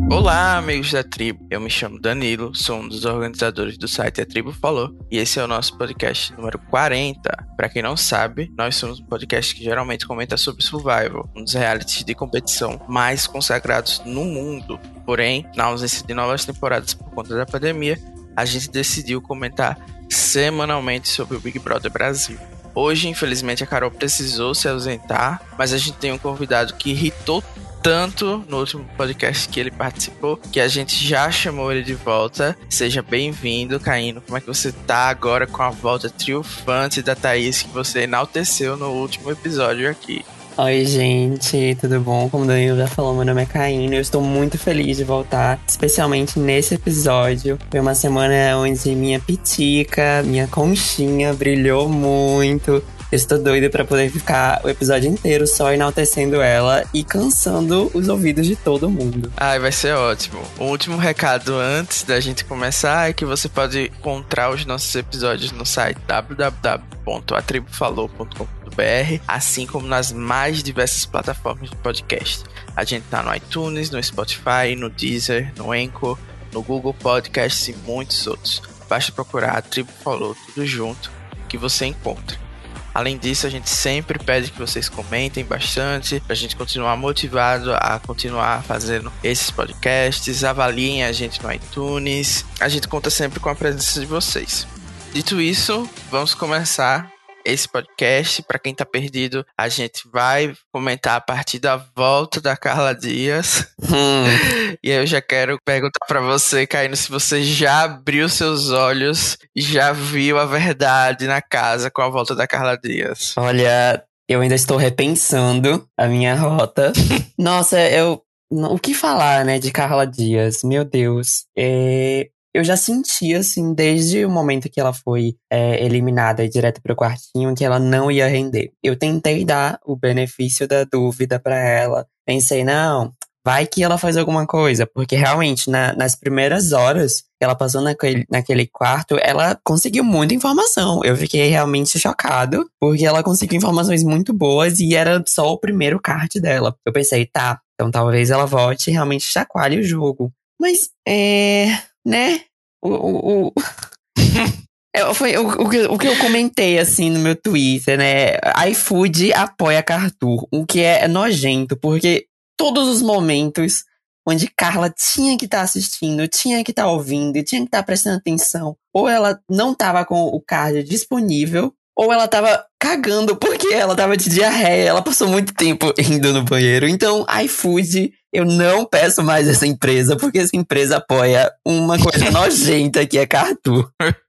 Olá, amigos da tribo. Eu me chamo Danilo, sou um dos organizadores do site A Tribo Falou e esse é o nosso podcast número 40. Para quem não sabe, nós somos um podcast que geralmente comenta sobre Survival, um dos realities de competição mais consagrados no mundo. Porém, na ausência de novas temporadas por conta da pandemia, a gente decidiu comentar semanalmente sobre o Big Brother Brasil. Hoje, infelizmente, a Carol precisou se ausentar, mas a gente tem um convidado que irritou tanto no último podcast que ele participou, que a gente já chamou ele de volta. Seja bem-vindo, Caíno. Como é que você tá agora com a volta triunfante da Thaís, que você enalteceu no último episódio aqui? Oi, gente, tudo bom? Como o Danilo já falou, meu nome é Caíno e eu estou muito feliz de voltar, especialmente nesse episódio. Foi uma semana onde minha pitica, minha conchinha brilhou muito. Eu estou doida pra poder ficar o episódio inteiro só enaltecendo ela e cansando os ouvidos de todo mundo. Ai, vai ser ótimo. O último recado antes da gente começar é que você pode encontrar os nossos episódios no site www.atribufalou.com.br, assim como nas mais diversas plataformas de podcast. A gente tá no iTunes, no Spotify, no Deezer, no Anchor, no Google Podcasts e muitos outros. Basta procurar A Tribo Falou tudo junto que você encontra. Além disso, a gente sempre pede que vocês comentem bastante, pra gente continuar motivado a continuar fazendo esses podcasts, avaliem a gente no iTunes. A gente conta sempre com a presença de vocês. Dito isso, vamos começar esse podcast. Para quem tá perdido, a gente vai comentar a partir da volta da Carla Dias. E aí eu já quero perguntar para você, Caíno, se você já abriu seus olhos e já viu a verdade na casa com a volta da Carla Dias. Olha, eu ainda estou repensando a minha rota. Nossa, o que falar, né, de Carla Dias? Meu Deus. Eu já senti, assim, desde o momento que ela foi eliminada e direto pro quartinho, que ela não ia render. Eu tentei dar o benefício da dúvida pra ela. Pensei, não, vai que ela faz alguma coisa. Porque realmente, nas primeiras horas que ela passou naquele quarto, ela conseguiu muita informação. Eu fiquei realmente chocado, porque ela conseguiu informações muito boas e era só o primeiro card dela. Eu pensei, tá, então talvez ela volte e realmente chacoalhe o jogo. Mas, né? Foi o que eu comentei, assim, no meu Twitter, né? iFood apoia Cartoon, o que é nojento, porque todos os momentos onde Carla tinha que estar assistindo, tinha que estar ouvindo, tinha que estar prestando atenção, ou ela não tava com o card disponível, ou ela tava cagando porque ela tava de diarreia, ela passou muito tempo indo no banheiro. Então, iFood, eu não peço mais essa empresa, porque essa empresa apoia uma coisa nojenta que é Cartoon.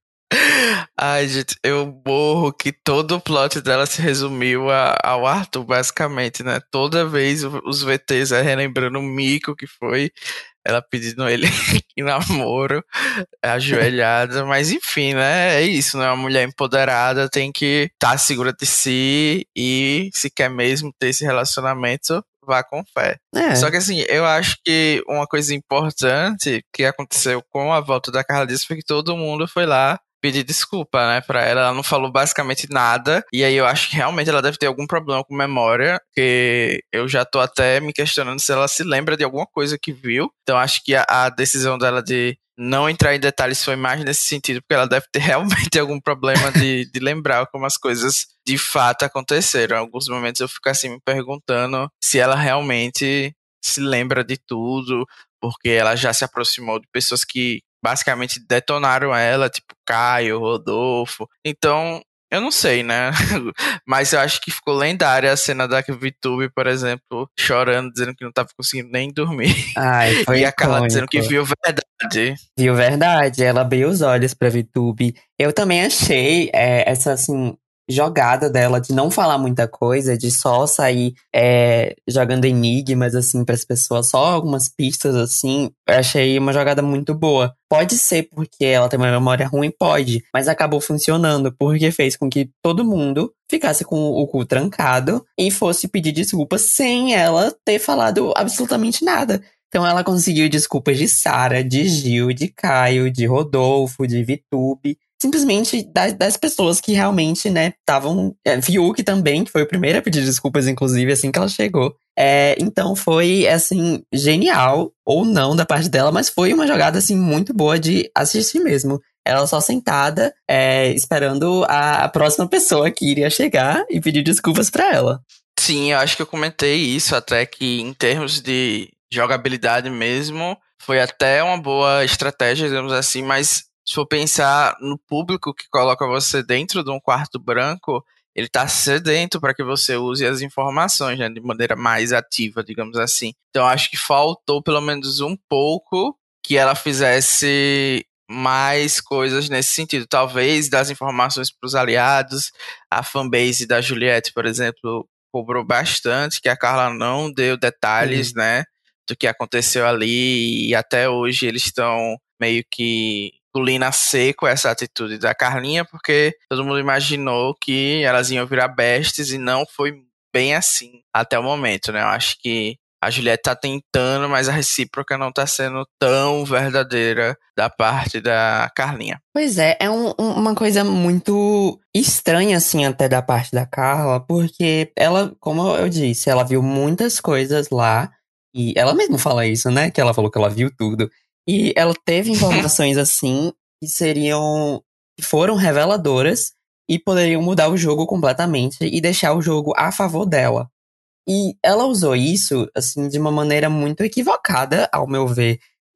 Ai, gente, eu morro que todo o plot dela se resumiu ao Arthur, basicamente, né? Toda vez os VTs relembrando o mico que foi, ela pedindo ele em namoro, ajoelhada, mas enfim, né? É isso, né? Uma mulher empoderada tem que estar segura de si e se quer mesmo ter esse relacionamento, vá com fé. Só que assim, eu acho que uma coisa importante que aconteceu com a volta da Carla Dias foi que todo mundo foi lá pedir desculpa, né, pra ela. Ela não falou basicamente nada. E aí eu acho que realmente ela deve ter algum problema com memória, que eu já tô até me questionando se ela se lembra de alguma coisa que viu. Então acho que a decisão dela de não entrar em detalhes foi mais nesse sentido, porque ela deve ter realmente algum problema de lembrar como as coisas de fato aconteceram. Em alguns momentos eu fico assim me perguntando se ela realmente se lembra de tudo, porque ela já se aproximou de pessoas que basicamente detonaram ela, tipo Caio, Rodolfo. Então, eu não sei, né? Mas eu acho que ficou lendária a cena da VTube, por exemplo, chorando, dizendo que não tava conseguindo nem dormir. Ai, foi E a Carla icônico. dizendo que viu verdade. Viu verdade, ela abriu os olhos pra VTube. Eu também achei essa, assim, jogada dela de não falar muita coisa, de só sair jogando enigmas, assim, pras pessoas, só algumas pistas, assim. Eu achei uma jogada muito boa. Pode ser porque ela tem uma memória ruim, pode, mas acabou funcionando, porque fez com que todo mundo ficasse com o cu trancado e fosse pedir desculpas sem ela ter falado absolutamente nada. Então ela conseguiu desculpas de Sara, de Gil, de Caio, de Rodolfo, de VTube. Simplesmente das pessoas que realmente, né, estavam... Fiuk também, que foi o primeiro a pedir desculpas, inclusive, assim que ela chegou. Então foi, assim, genial, ou não da parte dela, mas foi uma jogada, assim, muito boa de assistir mesmo. Ela só sentada, esperando a próxima pessoa que iria chegar e pedir desculpas pra ela. Sim, eu acho que eu comentei isso até que em termos de jogabilidade mesmo, foi até uma boa estratégia, digamos assim, mas se for pensar no público que coloca você dentro de um quarto branco, ele tá sedento para que você use as informações, né, de maneira mais ativa, digamos assim. Então acho que faltou pelo menos um pouco que ela fizesse mais coisas nesse sentido, talvez das informações para os aliados, a fanbase da Juliette, por exemplo, cobrou bastante, que a Carla não deu detalhes, Sim. né, do que aconteceu ali, e até hoje eles estão meio que engolindo a seco essa atitude da Carlinha, porque todo mundo imaginou que elas iam virar bestes e não foi bem assim até o momento, né? Eu acho que a Juliette tá tentando, mas a recíproca não tá sendo tão verdadeira da parte da Carlinha. Pois é, uma coisa muito estranha, assim, até da parte da Carla, porque ela, como eu disse, ela viu muitas coisas lá, e ela mesma fala isso, né? Que ela falou que ela viu tudo. E ela teve informações, assim, que foram reveladoras e poderiam mudar o jogo completamente e deixar o jogo a favor dela. E ela usou isso, assim, de uma maneira muito equivocada, ao meu ver,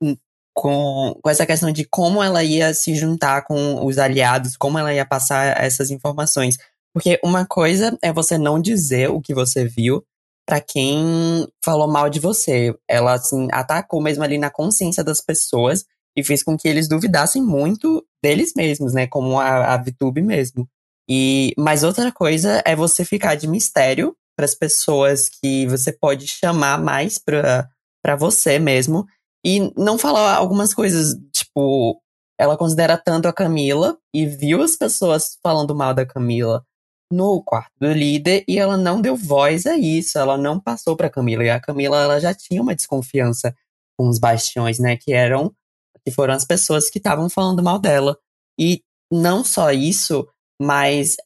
com essa questão de como ela ia se juntar com os aliados, como ela ia passar essas informações. Porque uma coisa é você não dizer o que você viu pra quem falou mal de você. Ela, assim, atacou mesmo ali na consciência das pessoas e fez com que eles duvidassem muito deles mesmos, né? Como a VTube mesmo. Mas outra coisa é você ficar de mistério para as pessoas que você pode chamar mais para você mesmo e não falar algumas coisas, tipo, ela considera tanto a Camila e viu as pessoas falando mal da Camila no quarto do líder e ela não deu voz a isso, ela não passou para Camila e a Camila ela já tinha uma desconfiança com os bastiões, né, que foram as pessoas que estavam falando mal dela. E não só isso, mas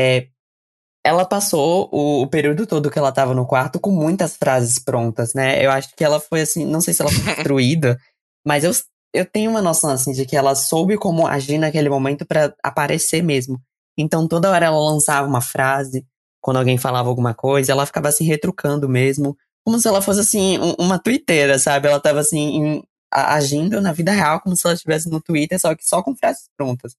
ela passou o período todo que ela tava no quarto com muitas frases prontas, né? Eu acho que ela foi assim, não sei se ela foi instruída, mas eu tenho uma noção assim de que ela soube como agir naquele momento pra aparecer mesmo. Então toda hora ela lançava uma frase, quando alguém falava alguma coisa, ela ficava assim retrucando mesmo, como se ela fosse assim uma twitteira, sabe? Ela tava assim agindo na vida real como se ela estivesse no Twitter, só que só com frases prontas.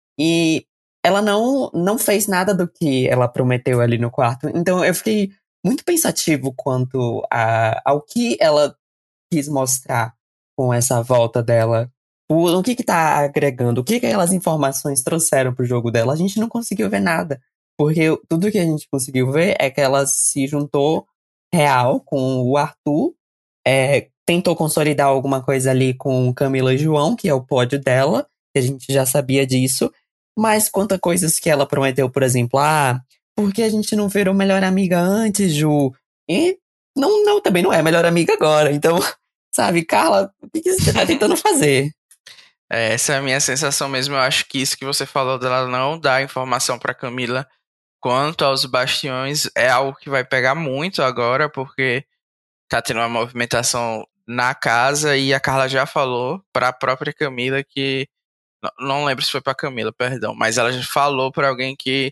E ela não fez nada do que ela prometeu ali no quarto. Então eu fiquei muito pensativo quanto ao que ela quis mostrar com essa volta dela. O que tá agregando, o que aquelas informações trouxeram pro jogo dela. A gente não conseguiu ver nada. Porque tudo que a gente conseguiu ver é que ela se juntou real com o Arthur, tentou consolidar alguma coisa ali com Camila e João, que é o pódio dela, que a gente já sabia disso. Mas quanto a coisas que ela prometeu, por exemplo, por que a gente não virou melhor amiga antes, Ju? E não, também não é melhor amiga agora. Então, sabe, Carla, o que você tá tentando fazer? Essa é a minha sensação mesmo. Eu acho que isso que você falou dela não dar informação pra Camila quanto aos bastiões é algo que vai pegar muito agora, porque tá tendo uma movimentação na casa e a Carla já falou pra própria Camila que. Não lembro se foi pra Camila, perdão, mas ela já falou pra alguém que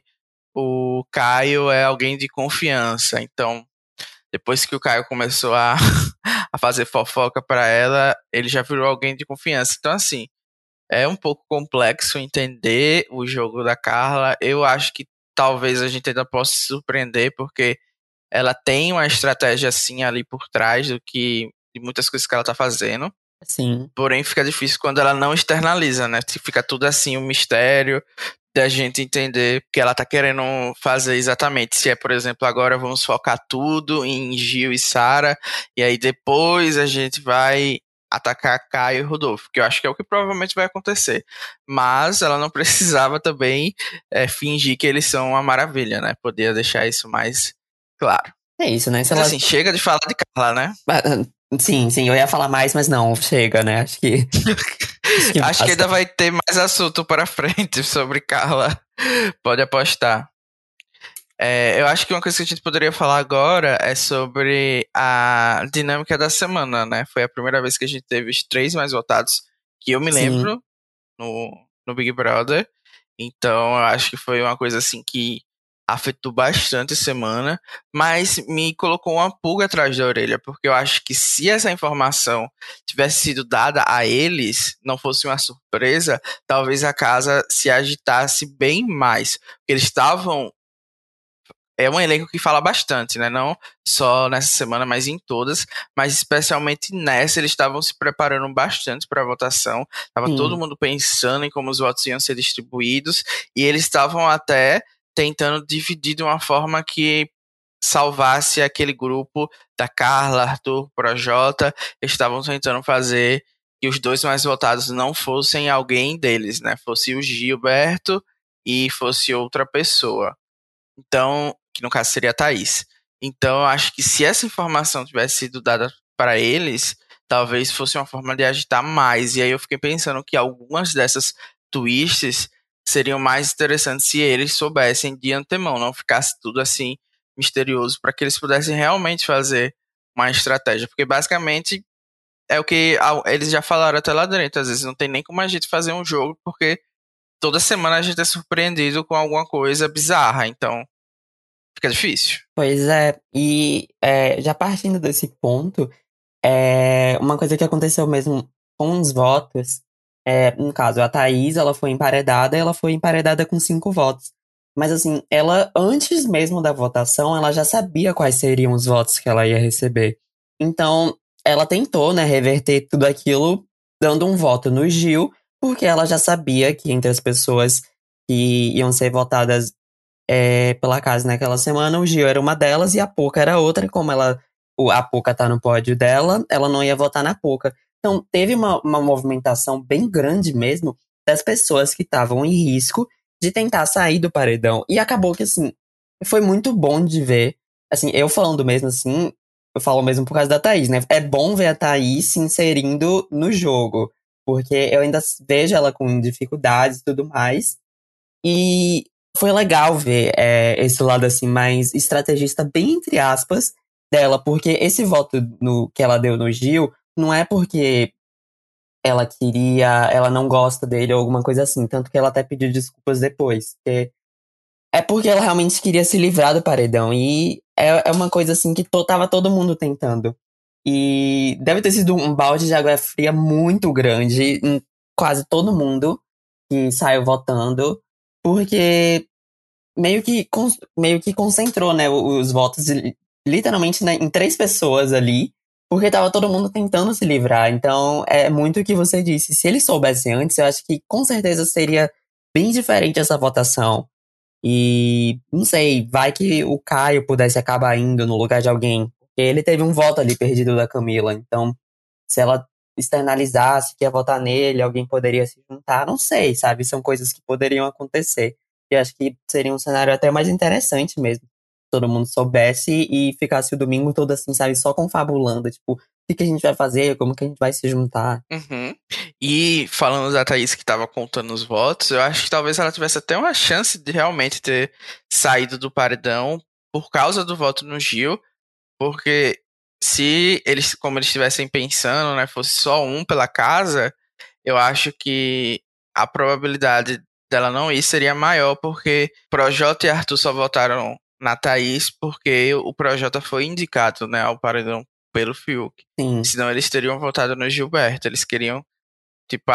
o Caio é alguém de confiança. Então, depois que o Caio começou a, a fazer fofoca pra ela, ele já virou alguém de confiança. Então, assim. É um pouco complexo entender o jogo da Carla. Eu acho que talvez a gente ainda possa se surpreender, porque ela tem uma estratégia assim ali por trás do que de muitas coisas que ela tá fazendo. Sim. Porém, fica difícil quando ela não externaliza, né? Fica tudo assim, um mistério da gente entender que ela tá querendo fazer exatamente. Se é, por exemplo, agora vamos focar tudo em Gil e Sara, e aí depois a gente vai atacar Caio e Rodolfo, que eu acho que é o que provavelmente vai acontecer. Mas ela não precisava também fingir que eles são uma maravilha, né? Podia deixar isso mais claro. É isso, né? Se Mas ela. assim, chega de falar de Carla, né? Sim, eu ia falar mais, mas não, chega, né? Acho que. Acho que Acho que basta. ainda vai ter mais assunto para frente sobre Carla. Pode apostar. Eu acho que uma coisa que a gente poderia falar agora é sobre a dinâmica da semana, né? Foi a primeira vez que a gente teve os três mais votados que eu me Sim, lembro no Big Brother. Então, eu acho que foi uma coisa assim que afetou bastante a semana, mas me colocou uma pulga atrás da orelha, porque eu acho que se essa informação tivesse sido dada a eles, não fosse uma surpresa, talvez a casa se agitasse bem mais. Porque eles estavam é um elenco que fala bastante, né? Não só nessa semana, mas em todas. Mas especialmente nessa, eles estavam se preparando bastante para a votação. Tava todo sim, mundo pensando em como os votos iam ser distribuídos. E eles estavam até tentando dividir de uma forma que salvasse aquele grupo da Carla, Arthur, Projota. Eles estavam tentando fazer que os dois mais votados não fossem alguém deles, né? Fosse o Gilberto e fosse outra pessoa. Então, que no caso seria a Thaís. Então, eu acho que se essa informação tivesse sido dada para eles, talvez fosse uma forma de agitar mais. E aí eu fiquei pensando que algumas dessas twists seriam mais interessantes se eles soubessem de antemão, não ficasse tudo assim misterioso, para que eles pudessem realmente fazer uma estratégia. Porque basicamente é o que eles já falaram até lá dentro. Às vezes não tem nem como a gente fazer um jogo, porque toda semana a gente é surpreendido com alguma coisa bizarra. Então. Fica difícil. pois é. E já partindo desse ponto, uma coisa que aconteceu mesmo com os votos, no caso, a Thaís, ela foi emparedada com 5 votos. Mas assim, ela, antes mesmo da votação, ela já sabia quais seriam os votos que ela ia receber. Então, ela tentou, né, reverter tudo aquilo, dando um voto no Gil, porque ela já sabia que entre as pessoas que iam ser votadas pela casa naquela semana, o Gil era uma delas e a Poca era outra. Como a Poca tá no pódio dela, ela não ia votar na Poca. Então, teve uma movimentação bem grande mesmo das pessoas que estavam em risco de tentar sair do paredão. E acabou que, assim, foi muito bom de ver. Assim, eu falando mesmo assim, eu falo mesmo por causa da Thaís, né? É bom ver a Thaís se inserindo no jogo, porque eu ainda vejo ela com dificuldades e tudo mais. E foi legal ver esse lado assim mais estrategista, bem entre aspas, dela, porque esse voto que ela deu no Gil não é porque ela não gosta dele ou alguma coisa assim, tanto que ela até pediu desculpas depois. É porque ela realmente queria se livrar do paredão, e é uma coisa assim que tava todo mundo tentando. E deve ter sido um balde de água fria muito grande em quase todo mundo que saiu votando, porque meio que concentrou, né, os votos literalmente, né, em 3 pessoas ali, porque tava todo mundo tentando se livrar. Então, é muito o que você disse. Se eles soubessem antes, eu acho que com certeza seria bem diferente essa votação. E não sei, vai que o Caio pudesse acabar indo no lugar de alguém. Porque ele teve um voto ali perdido da Camila. Então, se ela externalizasse que ia votar nele, alguém poderia se juntar. Não sei, sabe? São coisas que poderiam acontecer. E acho que seria um cenário até mais interessante mesmo. Todo mundo soubesse e ficasse o domingo todo assim, sabe? Só confabulando. Tipo, o que que a gente vai fazer? Como que a gente vai se juntar? Uhum. E falando da Thaís que estava contando os votos, eu acho que talvez ela tivesse até uma chance de realmente ter saído do paredão por causa do voto no Gil, porque se eles, como eles estivessem pensando, né, fosse só um pela casa, eu acho que a probabilidade dela não ir seria maior, porque Projota e Arthur só votaram na Thaís porque o Projota foi indicado, né, ao paredão pelo Fiuk. Sim, Senão eles teriam votado no Gilberto. Eles queriam, tipo,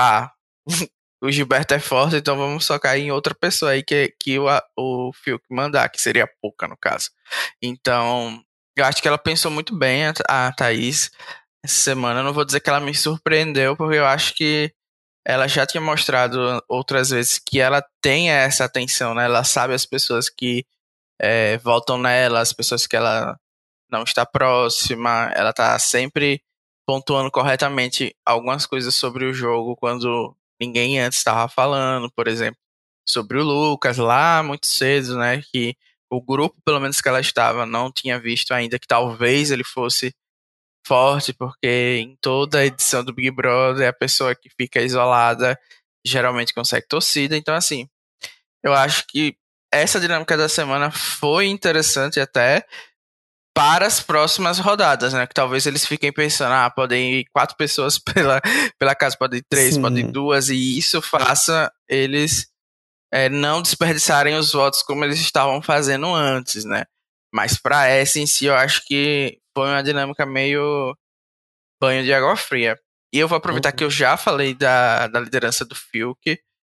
o Gilberto é forte, então vamos focar em outra pessoa aí que o Fiuk mandar, que seria a Poca, no caso. Então, eu acho que ela pensou muito bem, a Thaís, essa semana. Eu não vou dizer que ela me surpreendeu, porque eu acho que ela já tinha mostrado outras vezes que ela tem essa atenção, né? Ela sabe as pessoas que votam nela, as pessoas que ela não está próxima, ela tá sempre pontuando corretamente algumas coisas sobre o jogo quando ninguém antes estava falando, por exemplo, sobre o Lucas lá muito cedo, né? Que o grupo, pelo menos que ela estava, não tinha visto ainda que talvez ele fosse forte, porque em toda edição do Big Brother, a pessoa que fica isolada geralmente consegue torcida. Então, assim, eu acho que. essa dinâmica da semana foi interessante até para as próximas rodadas, né? Que talvez eles fiquem pensando, podem ir 4 pessoas pela casa, podem ir 3, podem ir Sim, 2, e isso faça eles não desperdiçarem os votos como eles estavam fazendo antes, né? Mas para essa em si, eu acho que foi uma dinâmica meio banho de água fria. E eu vou aproveitar que uhum, eu já falei da liderança do Fiuk,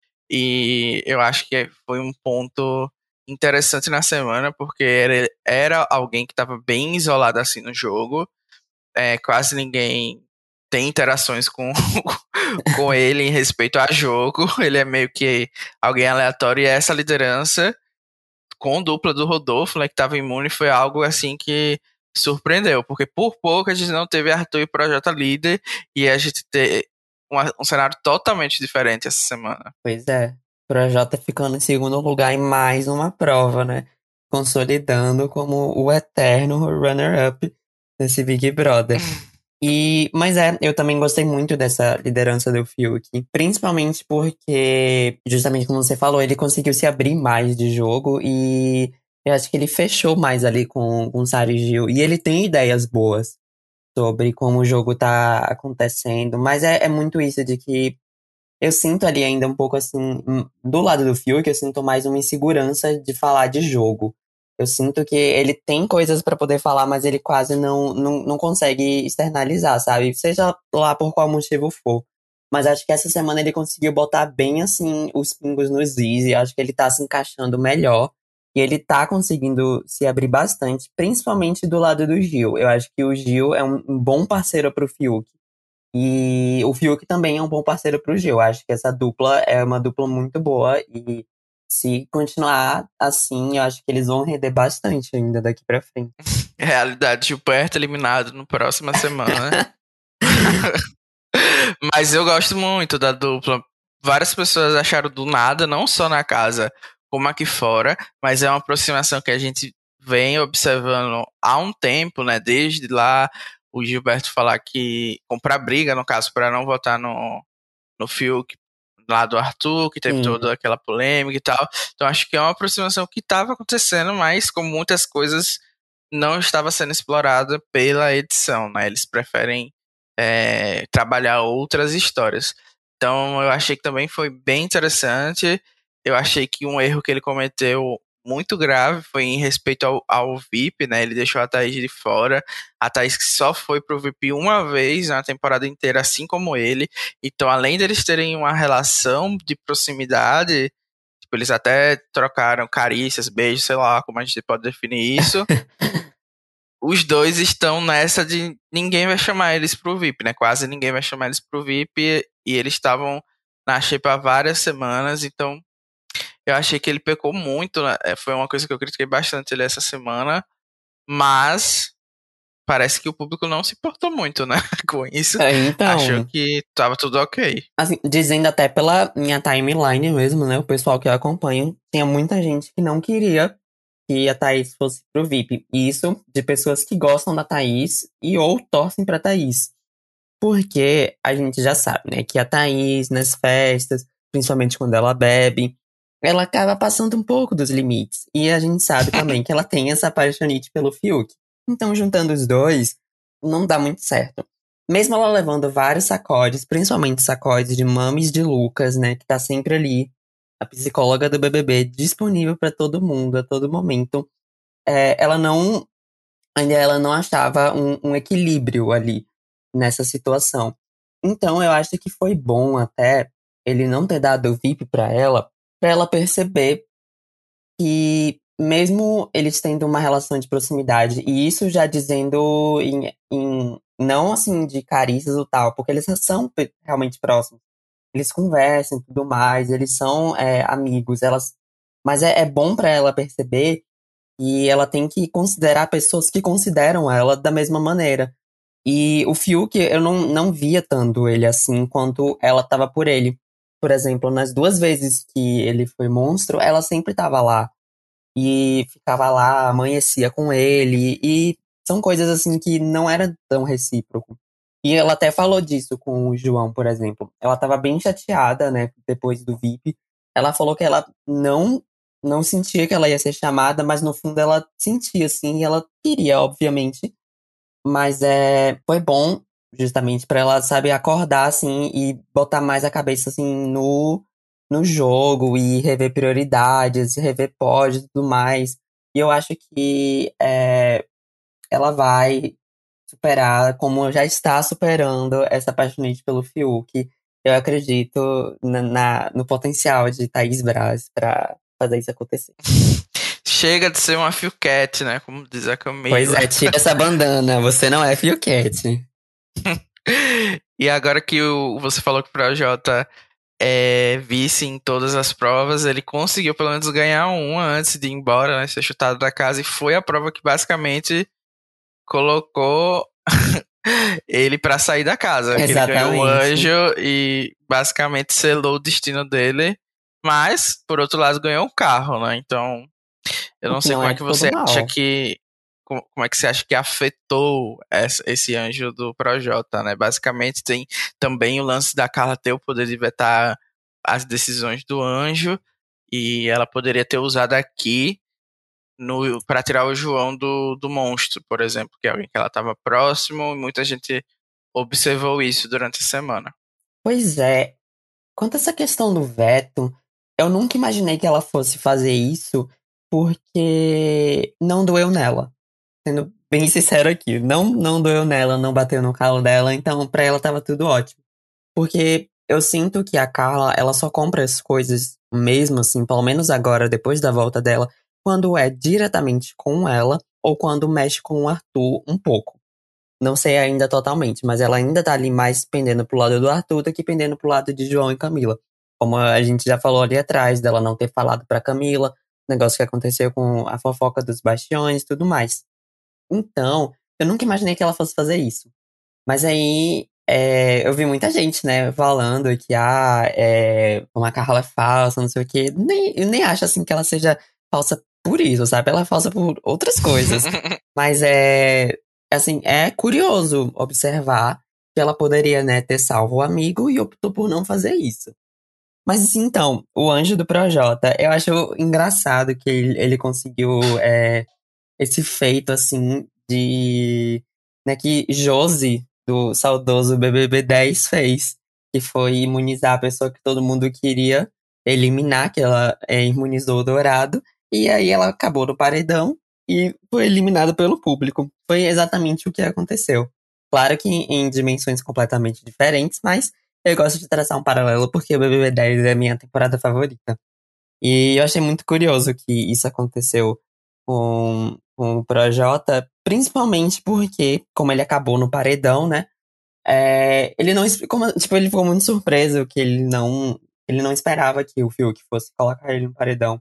e eu acho que foi um ponto interessante na semana, porque era alguém que estava bem isolado assim no jogo, quase ninguém tem interações com, com ele em respeito a jogo, ele é meio que alguém aleatório, e essa liderança com dupla do Rodolfo, né, que estava imune, foi algo assim que surpreendeu, porque por pouco a gente não teve Arthur e Projota líder, e a gente ter um cenário totalmente diferente essa semana. pois é. Projota ficando em segundo lugar em mais uma prova, né? Consolidando como o eterno runner-up desse Big Brother. Mas eu também gostei muito dessa liderança do Fiuk, principalmente porque, justamente como você falou, ele conseguiu se abrir mais de jogo e eu acho que ele fechou mais ali com o Sara e Gil. E ele tem ideias boas sobre como o jogo tá acontecendo, mas é muito isso de que eu sinto ali ainda um pouco assim, do lado do Fiuk, eu sinto mais uma insegurança de falar de jogo. Eu sinto que ele tem coisas pra poder falar, mas ele quase não consegue externalizar, sabe? Seja lá por qual motivo for. Mas acho que essa semana ele conseguiu botar bem assim os pingos nos is, e acho que ele tá se encaixando melhor. E ele tá conseguindo se abrir bastante, principalmente do lado do Gil. Eu acho que o Gil é um bom parceiro pro Fiuk. E o Fiuk também é um bom parceiro pro Gil. Acho que essa dupla é uma dupla muito boa e se continuar assim, eu acho que eles vão render bastante ainda daqui pra frente. Realidade, Gilberto eliminado no próxima semana. Mas eu gosto muito da dupla. Várias pessoas acharam do nada, não só na casa, como aqui fora, mas é uma aproximação que a gente vem observando há um tempo, né? Desde lá o Gilberto falar que comprar briga, no caso, para não votar no Fiuk lá do Arthur, que teve Sim, toda aquela polêmica e tal. Então acho que é uma aproximação que estava acontecendo, mas como muitas coisas não estava sendo explorada pela edição, né? Eles preferem trabalhar outras histórias. Então eu achei que também foi bem interessante. Eu achei que um erro que ele cometeu muito grave foi em respeito ao VIP, né? Ele deixou a Thaís de fora. A Thaís que só foi pro VIP uma vez na temporada inteira, assim como ele. Então, além deles terem uma relação de proximidade, tipo, eles até trocaram carícias, beijos, sei lá como a gente pode definir isso. Os dois estão nessa de ninguém vai chamar eles pro VIP, né? Quase ninguém vai chamar eles pro VIP, e eles estavam na xepa há várias semanas, então eu achei que ele pecou muito, né? Foi uma coisa que eu critiquei bastante ele essa semana, mas parece que o público não se importou muito, né, com isso. Achou então, que tava tudo ok. assim, dizendo até pela minha timeline mesmo, né? O pessoal que eu acompanho, tinha muita gente que não queria que a Thaís fosse pro VIP. E isso de pessoas que gostam da Thaís e ou torcem pra Thaís. Porque a gente já sabe, né, que a Thaís, nas festas, principalmente quando ela bebe, ela acaba passando um pouco dos limites. E a gente sabe também que ela tem essa paixonite pelo Fiuk. Então, juntando os dois, não dá muito certo. Mesmo ela levando vários sacodes, principalmente sacodes de Mames de Lucas, né, que tá sempre ali, a psicóloga do BBB, disponível pra todo mundo, a todo momento, ela não ainda ela não achava um equilíbrio ali nessa situação. Então eu acho que foi bom até ele não ter dado o VIP para ela perceber que mesmo eles tendo uma relação de proximidade, e isso já dizendo não assim de carícias ou tal, porque eles são realmente próximos. Eles conversam e tudo mais, eles são amigos, mas é bom para ela perceber e ela tem que considerar pessoas que consideram ela da mesma maneira. E o Fiuk, eu não via tanto ele assim quanto ela tava por ele. Por exemplo, nas 2 vezes que ele foi monstro, ela sempre tava lá. E ficava lá, amanhecia com ele. E são coisas assim que não era tão recíproco. E ela até falou disso com o João, por exemplo. Ela tava bem chateada, né, depois do VIP. Ela falou que ela não sentia que ela ia ser chamada, mas no fundo ela sentia, assim, e ela queria, obviamente. Mas foi bom, justamente, pra ela, sabe, acordar, assim, e botar mais a cabeça, assim, no jogo, e rever prioridades, rever pódios e tudo mais. E eu acho que ela vai superar, como já está superando, essa apaixonite pelo Fiuk. Eu acredito no potencial de Thaís Braz pra fazer isso acontecer. Chega de ser uma Fiuquete, né? Como diz a Pois Camila. é, tira essa bandana, você não é Fiukete. E agora que você falou que o Projota vice em todas as provas, ele conseguiu pelo menos ganhar uma antes de ir embora, né? Ser chutado da casa, e foi a prova que basicamente colocou ele pra sair da casa, que ele ganhou o anjo Exatamente. e basicamente selou o destino dele, mas por outro lado ganhou um carro, né? Então, eu O não que sei não como é é que de todo você acha mal. que como é que você acha que afetou esse anjo do Projota, né? Basicamente tem também o lance da Carla ter o poder de vetar as decisões do anjo, e ela poderia ter usado aqui no para tirar o João do monstro, por exemplo, que é alguém que ela estava próximo, e muita gente observou isso durante a semana. Pois é, quanto a essa questão do veto, eu nunca imaginei que ela fosse fazer isso porque não doeu nela. Sendo bem sincero aqui, não doeu nela, não bateu no calo dela, então pra ela tava tudo ótimo. Porque eu sinto que a Carla, ela só compra as coisas mesmo assim, pelo menos agora, depois da volta dela, quando é diretamente com ela ou quando mexe com o Arthur um pouco. Não sei ainda totalmente, mas ela ainda tá ali mais pendendo pro lado do Arthur do que pendendo pro lado de João e Camila. Como a gente já falou ali atrás, dela não ter falado pra Camila, negócio que aconteceu com a fofoca dos bastiões e tudo mais. Então, eu nunca imaginei que ela fosse fazer isso. Mas aí, eu vi muita gente, né, falando que, como a Carla é falsa, não sei o quê. Eu nem acho, assim, que ela seja falsa por isso, sabe? Ela é falsa por outras coisas. Mas assim, é curioso observar que ela poderia, né, ter salvo o amigo e optou por não fazer isso. Mas, assim, então, o anjo do Projota, eu acho engraçado que ele conseguiu, esse feito, assim, né, que Josi, do saudoso BBB 10, fez, que foi imunizar a pessoa que todo mundo queria eliminar, que ela imunizou o Dourado, e aí ela acabou no paredão e foi eliminada pelo público. Foi exatamente o que aconteceu. Claro que em dimensões completamente diferentes, mas eu gosto de traçar um paralelo porque o BBB 10 é a minha temporada favorita. E eu achei muito curioso que isso aconteceu com o Projota, principalmente porque, como ele acabou no paredão, né? Ele não explicou, tipo, ele ficou muito surpreso que ele não esperava que o Fiuk fosse colocar ele no paredão.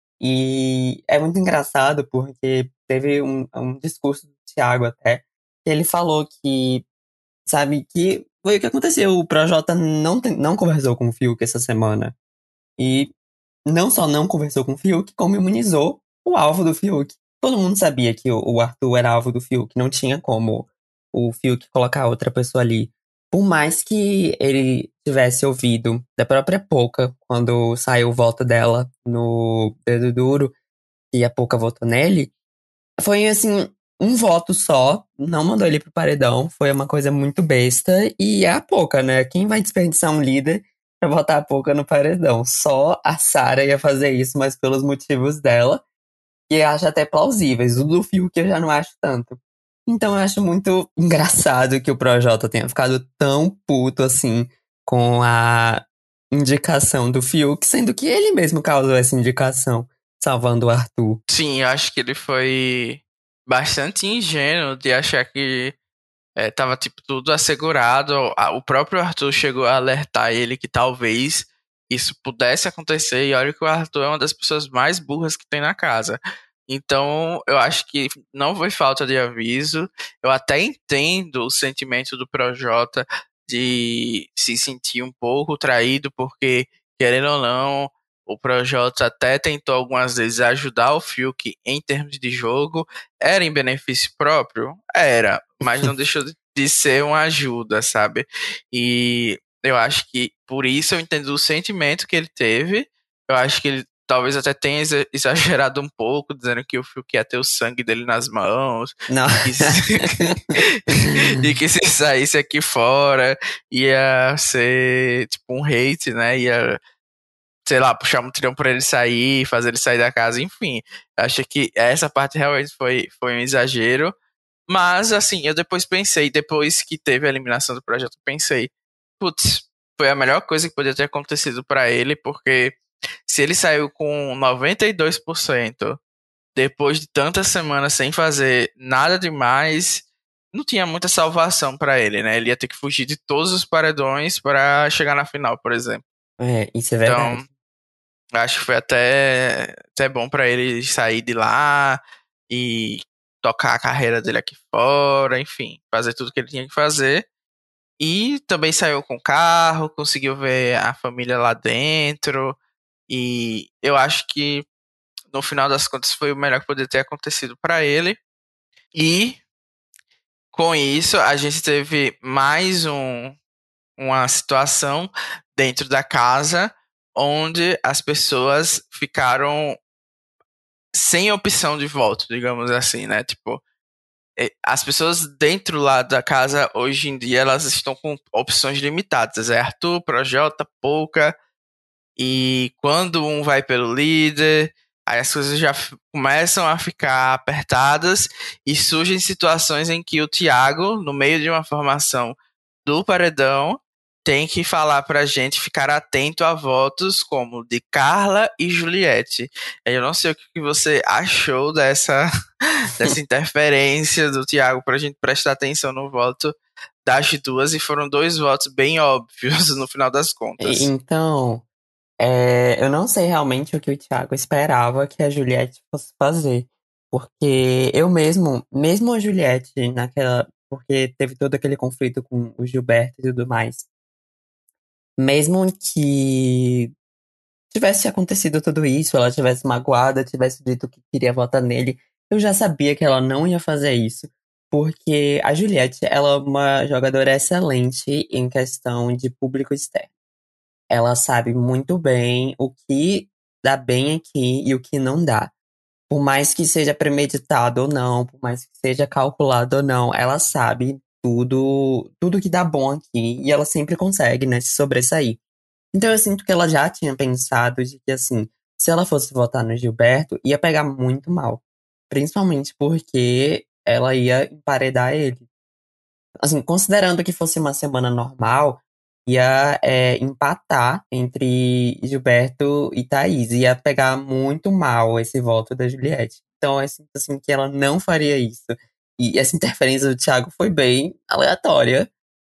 E é muito engraçado porque teve um discurso do Thiago até, que ele falou que, sabe, que foi o que aconteceu. O Projota não conversou com o Fiuk essa semana. E não só não conversou com o Fiuk, como imunizou o alvo do Fiuk. Todo mundo sabia que o Arthur era alvo do Fiuk, não tinha como o Fiuk colocar outra pessoa ali. Por mais que ele tivesse ouvido da própria Poca, quando saiu o voto dela no Dedo Duro, e a Poca votou nele, foi assim, um voto só, não mandou ele pro paredão, foi uma coisa muito besta, e é a Poca, né? Quem vai desperdiçar um líder pra botar a Poca no paredão? Só a Sarah ia fazer isso, mas pelos motivos dela, e eu acho até plausíveis. O do Fiuk eu já não acho tanto. Então eu acho muito engraçado que o Projota tenha ficado tão puto assim com a indicação do Fiuk, sendo que ele mesmo causou essa indicação, salvando o Arthur. Sim, eu acho que ele foi bastante ingênuo de achar que tava tipo tudo assegurado. O próprio Arthur chegou a alertar ele que talvez isso pudesse acontecer, e olha que o Arthur é uma das pessoas mais burras que tem na casa. Então, eu acho que não foi falta de aviso. Eu até entendo o sentimento do Projota de se sentir um pouco traído, porque, querendo ou não, o Projota até tentou algumas vezes ajudar o Fiuk em termos de jogo. Era em benefício próprio? Era, mas não deixou de ser uma ajuda, sabe? E eu acho que por isso eu entendo o sentimento que ele teve. Eu acho que ele talvez até tenha exagerado um pouco, dizendo que o Fiuk ia ter o sangue dele nas mãos, Não. e que se, e que se saísse aqui fora ia ser tipo um hate, né? Ia, sei lá, puxar um trilhão pra ele sair, fazer ele sair da casa, enfim. Acho que essa parte realmente foi um exagero. Mas, assim, eu depois pensei, depois que teve a eliminação do projeto, eu pensei, putz, foi a melhor coisa que podia ter acontecido pra ele, porque se ele saiu com 92% depois de tantas semanas sem fazer nada demais, não tinha muita salvação pra ele, né? Ele ia ter que fugir de todos os paredões pra chegar na final, por exemplo. É, isso é Então, verdade. acho que foi até bom pra ele sair de lá e tocar a carreira dele aqui fora, enfim, fazer tudo que ele tinha que fazer. E também saiu com o carro, conseguiu ver a família lá dentro. E eu acho que no final das contas foi o melhor que poderia ter acontecido pra ele. E com isso a gente teve mais uma situação dentro da casa onde as pessoas ficaram sem opção de voto, digamos assim, né? Tipo, as pessoas dentro lá da casa hoje em dia elas estão com opções limitadas. É Arthur, Projota, Pouca, e quando um vai pelo líder, aí as coisas já começam a ficar apertadas e surgem situações em que o Thiago, no meio de uma formação do paredão, tem que falar pra gente ficar atento a votos como de Carla e Juliette. Eu não sei o que você achou dessa interferência do Thiago pra gente prestar atenção no voto das duas, e foram dois votos bem óbvios no final das contas. Então, eu não sei realmente o que o Thiago esperava que a Juliette fosse fazer. Porque eu mesmo a Juliette naquela. Porque teve todo aquele conflito com o Gilberto e tudo mais. Mesmo que tivesse acontecido tudo isso, ela tivesse magoada, tivesse dito que queria votar nele, eu já sabia que ela não ia fazer isso. Porque a Juliette, ela é uma jogadora excelente em questão de público externo. Ela sabe muito bem o que dá bem aqui e o que não dá. Por mais que seja premeditado ou não, por mais que seja calculado ou não, ela sabe tudo que dá bom aqui e ela sempre consegue, né, se sobressair. Então eu sinto que ela já tinha pensado de que, assim, se ela fosse votar no Gilberto, ia pegar muito mal. Principalmente porque ela ia emparedar ele. Assim, considerando que fosse uma semana normal, ia empatar entre Gilberto e Thaís. Ia pegar muito mal esse voto da Juliette. Então, eu sinto assim que ela não faria isso. E essa interferência do Thiago foi bem aleatória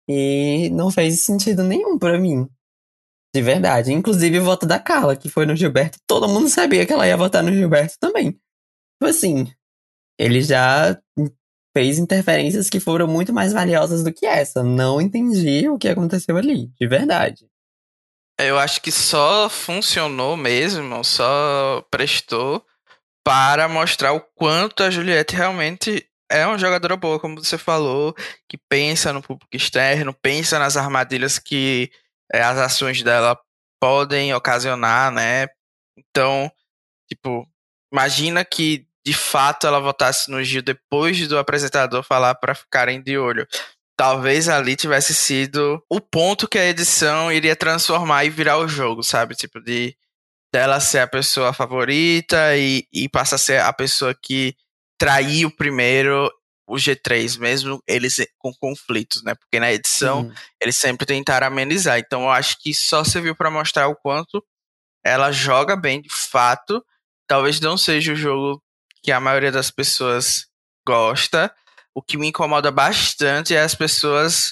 e não fez sentido nenhum pra mim. De verdade. Inclusive o voto da Carla, que foi no Gilberto. Todo mundo sabia que ela ia votar no Gilberto também. Tipo assim, ele já fez interferências que foram muito mais valiosas do que essa. Não entendi o que aconteceu ali, de verdade. Eu acho que só funcionou mesmo, só prestou para mostrar o quanto a Juliette realmente é uma jogadora boa, como você falou, que pensa no público externo, pensa nas armadilhas que as ações dela podem ocasionar, né? Então, tipo, imagina que de fato ela votasse no Gil depois do apresentador falar para ficarem de olho. Talvez ali tivesse sido o ponto que a edição iria transformar e virar o jogo, sabe? Tipo, de dela ser a pessoa favorita e passa a ser a pessoa que traiu primeiro o G3, mesmo eles com conflitos, né? Porque na edição Sim, eles sempre tentaram amenizar. Então eu acho que só serviu para mostrar o quanto ela joga bem de fato. Talvez não seja o jogo que a maioria das pessoas gosta. O que me incomoda bastante é as pessoas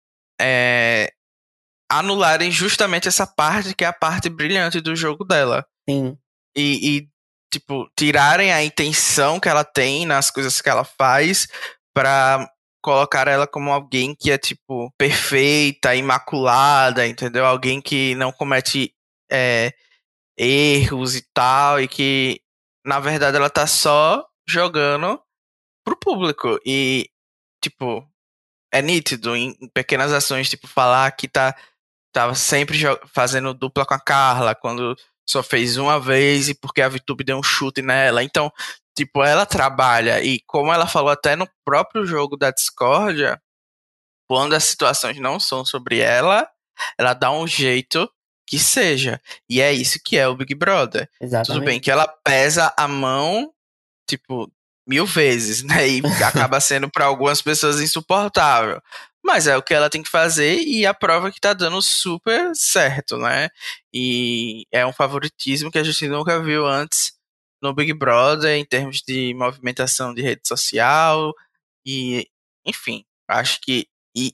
é, anularem justamente essa parte que é a parte brilhante do jogo dela. sim, Tipo, tirarem a intenção que ela tem nas coisas que ela faz pra colocar ela como alguém que é, tipo, perfeita, imaculada, entendeu? Alguém que não comete é, erros e tal, e que, na verdade, ela tá só jogando pro público. E, tipo, é nítido em pequenas ações, tipo, falar que tava sempre fazendo dupla com a Carla, quando só fez uma vez e porque a VTube deu um chute nela. Então, tipo, ela trabalha e como ela falou até no próprio jogo da discórdia, quando as situações não são sobre ela, ela dá um jeito que seja. E é isso que é o Big Brother. Tudo bem Exatamente. que ela pesa a mão, tipo, 1000 vezes, né? E acaba sendo para algumas pessoas insuportável. Mas é o que ela tem que fazer e a prova que tá dando super certo, né? E é um favoritismo que a gente nunca viu antes no Big Brother em termos de movimentação de rede social e, enfim, acho que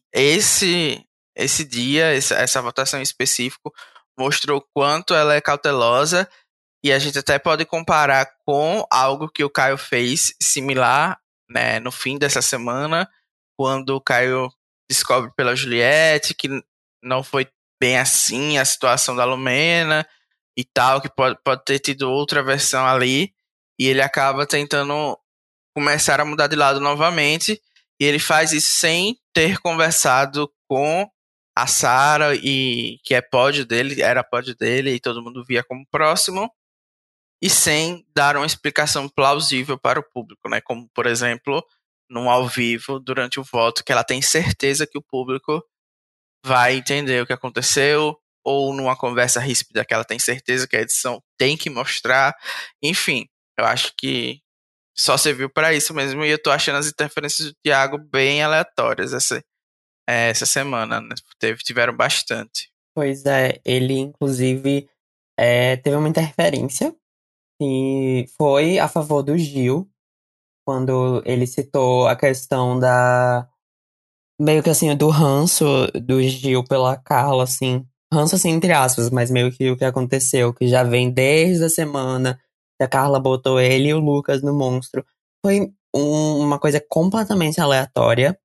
esse dia, essa votação em específico mostrou o quanto ela é cautelosa e a gente até pode comparar com algo que o Caio fez similar, né, no fim dessa semana, quando o Caio descobre pela Juliette que não foi bem assim a situação da Lumena e tal, que pode ter tido outra versão ali, e ele acaba tentando começar a mudar de lado novamente, e ele faz isso sem ter conversado com a Sarah, e que é pódio dele, era pódio dele, e todo mundo via como próximo e sem dar uma explicação plausível para o público, né? Como, por exemplo, num ao vivo, durante o voto, que ela tem certeza que o público vai entender o que aconteceu, ou numa conversa ríspida que ela tem certeza que a edição tem que mostrar. Enfim, eu acho que só serviu para isso mesmo, e eu tô achando as interferências do Thiago bem aleatórias essa semana, né? Tiveram bastante. Pois é, ele inclusive teve uma interferência e foi a favor do Gil, quando ele citou a questão da meio que assim, do ranço do Gil pela Carla, assim. Ranço, assim, entre aspas, mas meio que o que aconteceu, que já vem desde a semana que a Carla botou ele e o Lucas no monstro. Foi uma coisa completamente aleatória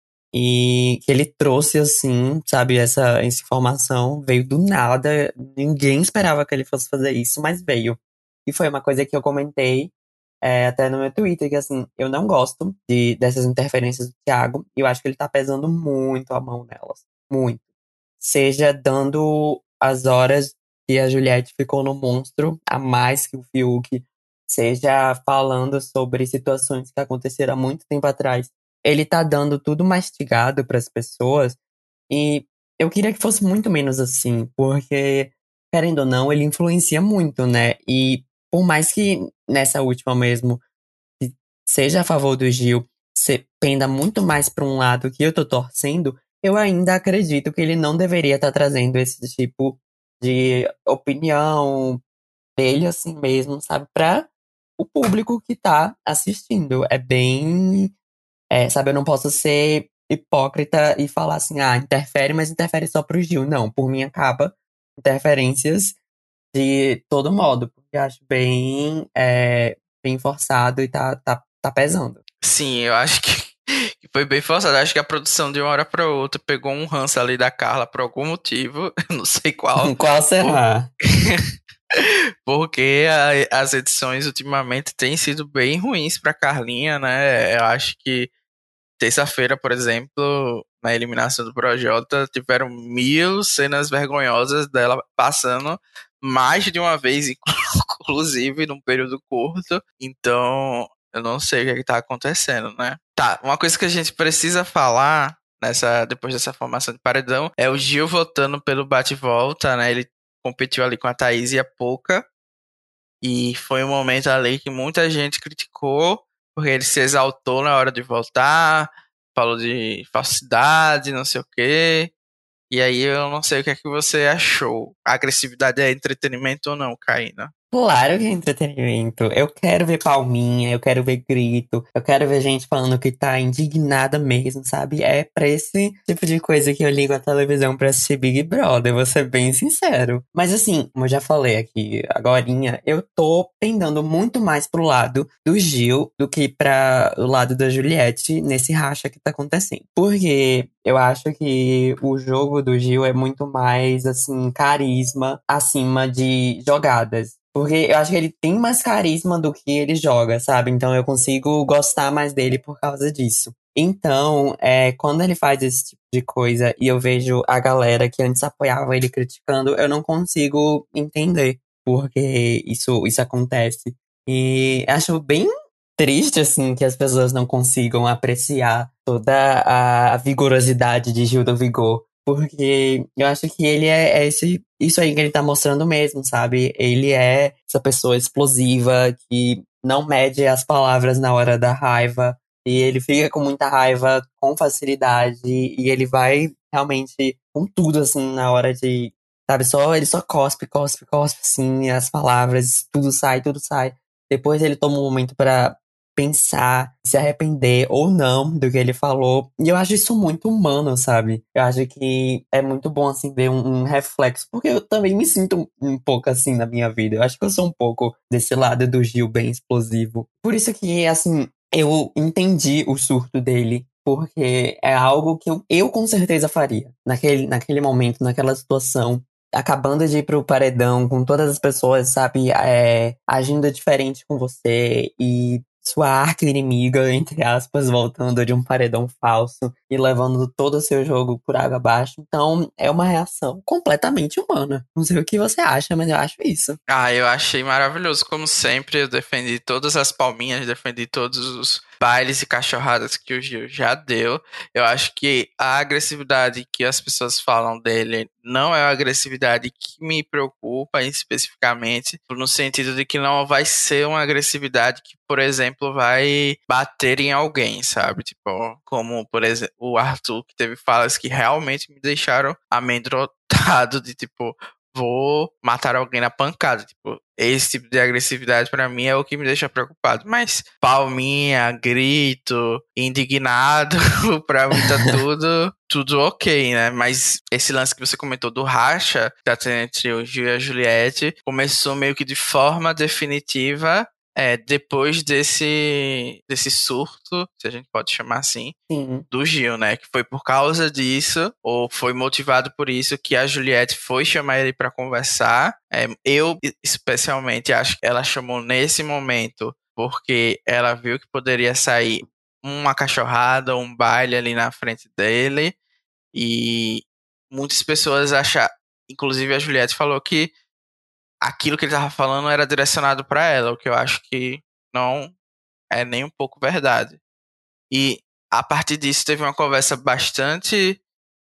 e que ele trouxe, assim, sabe, essa informação. Veio do nada, ninguém esperava que ele fosse fazer isso, mas veio. E foi uma coisa que eu comentei até no meu Twitter, que assim, eu não gosto dessas interferências do Thiago, e eu acho que ele tá pesando muito a mão nelas. Muito. Seja dando as horas que a Juliette ficou no monstro, a mais que o Fiuk, seja falando sobre situações que aconteceram há muito tempo atrás. Ele tá dando tudo mastigado para as pessoas, e eu queria que fosse muito menos assim, porque, querendo ou não, ele influencia muito, né? E por mais que nessa última mesmo seja a favor do Gil, penda muito mais para um lado que eu tô torcendo, eu ainda acredito que ele não deveria estar trazendo esse tipo de opinião dele assim mesmo, sabe, para o público que tá assistindo. É bem, sabe, eu não posso ser hipócrita e falar assim, ah, interfere, mas interfere só pro Gil. Não, por mim acaba interferências de todo modo, porque eu acho bem forçado e tá pesando. Sim, eu acho que foi bem forçado. Acho que a produção de uma hora para outra pegou um ranço ali da Carla por algum motivo, eu não sei qual, Qual por- será? porque as edições ultimamente têm sido bem ruins para Carlinha, né? Eu acho que terça-feira, por exemplo, na eliminação do Projota, tiveram 1000 cenas vergonhosas dela passando mais de uma vez, inclusive num período curto. Então, eu não sei o que é que tá acontecendo, né? Tá, uma coisa que a gente precisa falar depois dessa formação de paredão é o Gil votando pelo bate-volta, né? Ele competiu ali com a Thaís e a Poca. E foi um momento ali que muita gente criticou, porque ele se exaltou na hora de voltar, falou de falsidade, não sei o quê. E aí eu não sei o que é que você achou. A agressividade é entretenimento ou não, Caína? Claro que é entretenimento. Eu quero ver palminha, eu quero ver grito, eu quero ver gente falando que tá indignada mesmo, sabe? É pra esse tipo de coisa que eu ligo a televisão pra assistir Big Brother, vou ser bem sincero. Mas assim, como eu já falei aqui agorinha, eu tô pendendo muito mais pro lado do Gil do que pra o lado da Juliette nesse racha que tá acontecendo. Porque eu acho que o jogo do Gil é muito mais, assim, carisma acima de jogadas. Porque eu acho que ele tem mais carisma do que ele joga, sabe? Então eu consigo gostar mais dele por causa disso. Então, quando ele faz esse tipo de coisa e eu vejo a galera que antes apoiava ele criticando, eu não consigo entender. porque isso acontece. E acho bem triste, assim, que as pessoas não consigam apreciar toda a vigorosidade de Gil do Vigor. Porque eu acho que ele é isso aí que ele tá mostrando mesmo, sabe? Ele é essa pessoa explosiva que não mede as palavras na hora da raiva. E ele fica com muita raiva com facilidade. E ele vai realmente com tudo, assim, na hora de. Sabe, ele só cospe, cospe, cospe, assim, as palavras, tudo sai, tudo sai. Depois ele toma um momento pra pensar, se arrepender ou não do que ele falou. E eu acho isso muito humano, sabe? Eu acho que é muito bom, assim, ver um reflexo, porque eu também me sinto um pouco assim na minha vida. Eu acho que eu sou um pouco desse lado do Gil bem explosivo. Por isso que, assim, eu entendi o surto dele. Porque é algo que eu com certeza faria. Naquele momento, naquela situação, acabando de ir pro paredão com todas as pessoas, sabe, agindo diferente com você e sua arqui-inimiga, entre aspas, voltando de um paredão falso e levando todo o seu jogo por água abaixo. Então, é uma reação completamente humana. Não sei o que você acha, mas eu acho isso. Ah, eu achei maravilhoso. Como sempre, eu defendi todas as palminhas, defendi todos os bailes e cachorradas que o Gil já deu. Eu acho que a agressividade que as pessoas falam dele não é a agressividade que me preocupa especificamente, no sentido de que não vai ser uma agressividade que, por exemplo, vai bater em alguém, sabe? Tipo, como, por exemplo, o Arthur, que teve falas que realmente me deixaram amedrontado de tipo vou matar alguém na pancada. Tipo, esse tipo de agressividade pra mim é o que me deixa preocupado. Mas palminha, grito, indignado, pra mim tá tudo ok, né? Mas esse lance que você comentou do racha que tá tendo entre o Gil e a Juliette começou meio que de forma definitiva. Depois desse surto, se a gente pode chamar assim, Sim. do Gil, né? Que foi por causa disso, ou foi motivado por isso, que a Juliette foi chamar ele pra conversar. Eu, especialmente, acho que ela chamou nesse momento porque ela viu que poderia sair uma cachorrada, um baile ali na frente dele, e muitas pessoas acham, inclusive a Juliette falou que aquilo que ele tava falando era direcionado pra ela, o que eu acho que não é nem um pouco verdade. E a partir disso teve uma conversa bastante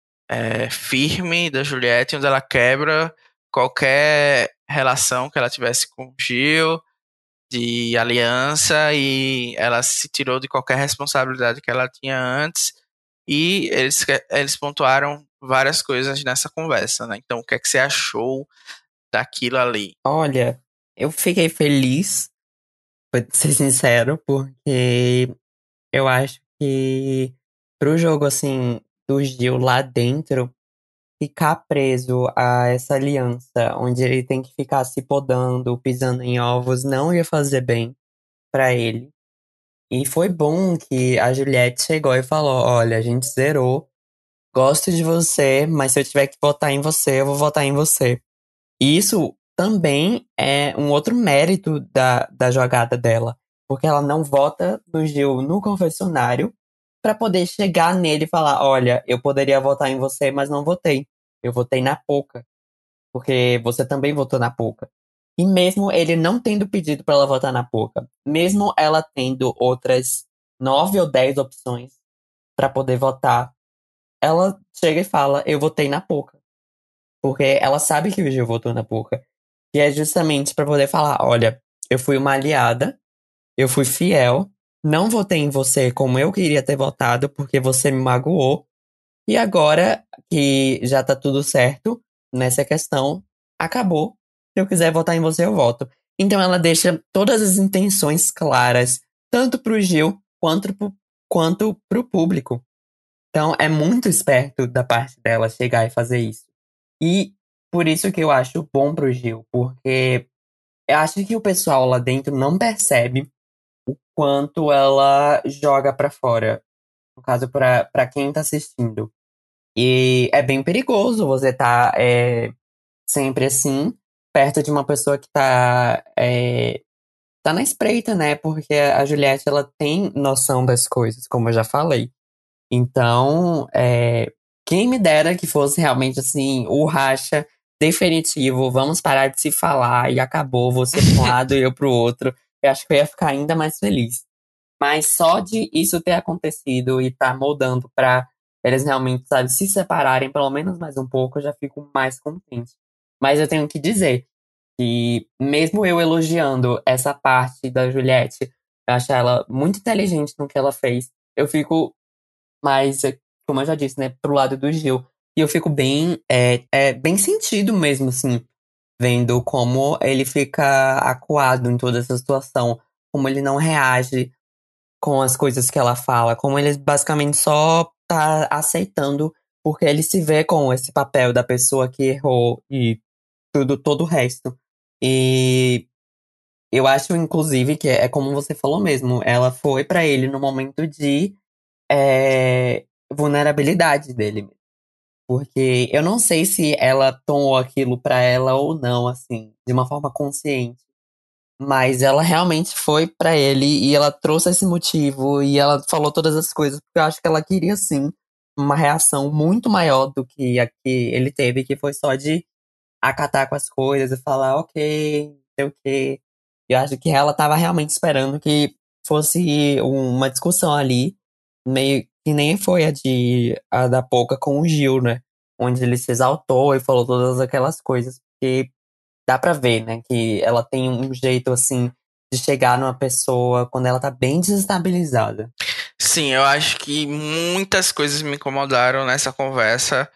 firme da Juliette, onde ela quebra qualquer relação que ela tivesse com o Gil, de aliança, e ela se tirou de qualquer responsabilidade que ela tinha antes. E eles pontuaram várias coisas nessa conversa, né? Então, o que é que você achou daquilo ali? Olha, eu fiquei feliz, pra ser sincero, porque eu acho que pro jogo, assim, do Gil lá dentro, ficar preso a essa aliança, onde ele tem que ficar se podando, pisando em ovos, não ia fazer bem pra ele. E foi bom que a Juliette chegou e falou: Olha, a gente zerou, gosto de você, mas se eu tiver que votar em você, eu vou votar em você. E isso também é um outro mérito da jogada dela, porque ela não vota no Gil no confessionário pra poder chegar nele e falar: Olha, eu poderia votar em você, mas não votei. Eu votei na Poca, porque você também votou na Poca. E mesmo ele não tendo pedido pra ela votar na Poca, mesmo ela tendo outras 9 ou 10 opções pra poder votar, ela chega e fala: Eu votei na Poca. Porque ela sabe que o Gil votou na Poca. E é justamente pra poder falar: Olha, eu fui uma aliada, eu fui fiel, não votei em você como eu queria ter votado, porque você me magoou. E agora que já tá tudo certo nessa questão, acabou. Se eu quiser votar em você, eu voto. Então ela deixa todas as intenções claras, tanto pro Gil quanto pro público. Então é muito esperto da parte dela chegar e fazer isso. E por isso que eu acho bom pro Gil, porque eu acho que o pessoal lá dentro não percebe o quanto ela joga pra fora. No caso, pra quem tá assistindo. E é bem perigoso você tá sempre assim, perto de uma pessoa que tá na espreita, né? Porque a Juliette, ela tem noção das coisas, como eu já falei. Então, quem me dera que fosse realmente assim, o racha definitivo, vamos parar de se falar e acabou, você pra um lado e eu pro outro, eu acho que eu ia ficar ainda mais feliz. Mas só de isso ter acontecido e tá moldando pra eles realmente, sabe, se separarem pelo menos mais um pouco, eu já fico mais contente. Mas eu tenho que dizer que, mesmo eu elogiando essa parte da Juliette, eu acho ela muito inteligente no que ela fez, eu fico mais, como eu já disse, né, pro lado do Gil. E eu fico bem, bem sentido mesmo, assim, vendo como ele fica acuado em toda essa situação, como ele não reage com as coisas que ela fala, como ele basicamente só tá aceitando porque ele se vê com esse papel da pessoa que errou e tudo, todo o resto. E eu acho, inclusive, que é como você falou mesmo, ela foi pra ele no momento de vulnerabilidade dele. Porque eu não sei se ela tomou aquilo pra ela ou não, assim, de uma forma consciente. Mas ela realmente foi pra ele e ela trouxe esse motivo e ela falou todas as coisas, porque eu acho que ela queria sim uma reação muito maior do que a que ele teve, que foi só de acatar com as coisas e falar, ok, não sei o quê. Eu acho que ela tava realmente esperando que fosse uma discussão ali, meio que nem foi a da Poca com o Gil, né? Onde ele se exaltou e falou todas aquelas coisas, porque dá pra ver, né, que ela tem um jeito assim de chegar numa pessoa quando ela tá bem desestabilizada. Sim, eu acho que muitas coisas me incomodaram nessa conversa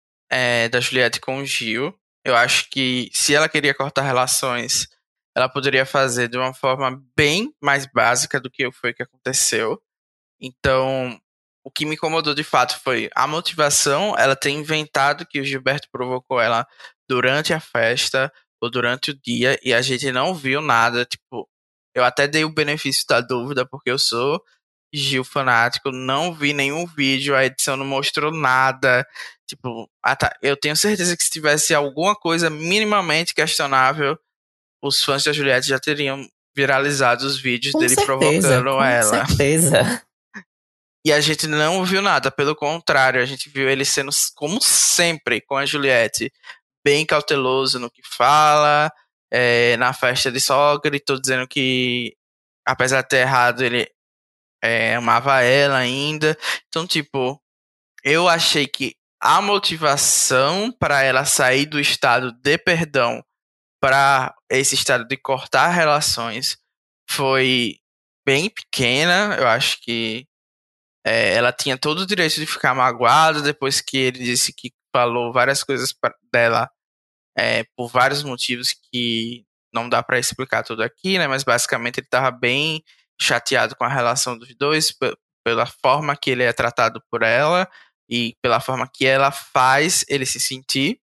da Juliette com o Gil. Eu acho que se ela queria cortar relações, ela poderia fazer de uma forma bem mais básica do que foi que aconteceu. Então, o que me incomodou de fato foi a motivação, ela ter inventado que o Gilberto provocou ela durante a festa ou durante o dia e a gente não viu nada. Tipo, eu até dei o benefício da dúvida porque eu sou Gil fanático, não vi nenhum vídeo, a edição não mostrou nada. Tipo, tá, eu tenho certeza que se tivesse alguma coisa minimamente questionável, os fãs da Juliette já teriam viralizado os vídeos dele provocando Com ela. certeza. E a gente não viu nada, pelo contrário, a gente viu ele sendo, como sempre, com a Juliette, bem cauteloso no que fala. Na festa ele só gritou dizendo que, apesar de ter errado, ele amava ela ainda. Então, tipo, eu achei que a motivação para ela sair do estado de perdão para esse estado de cortar relações foi bem pequena. Eu acho que ela tinha todo o direito de ficar magoada depois que ele disse que falou várias coisas dela por vários motivos que não dá pra explicar tudo aqui, né? Mas basicamente ele tava bem chateado com a relação dos dois, pela forma que ele é tratado por ela e pela forma que ela faz ele se sentir.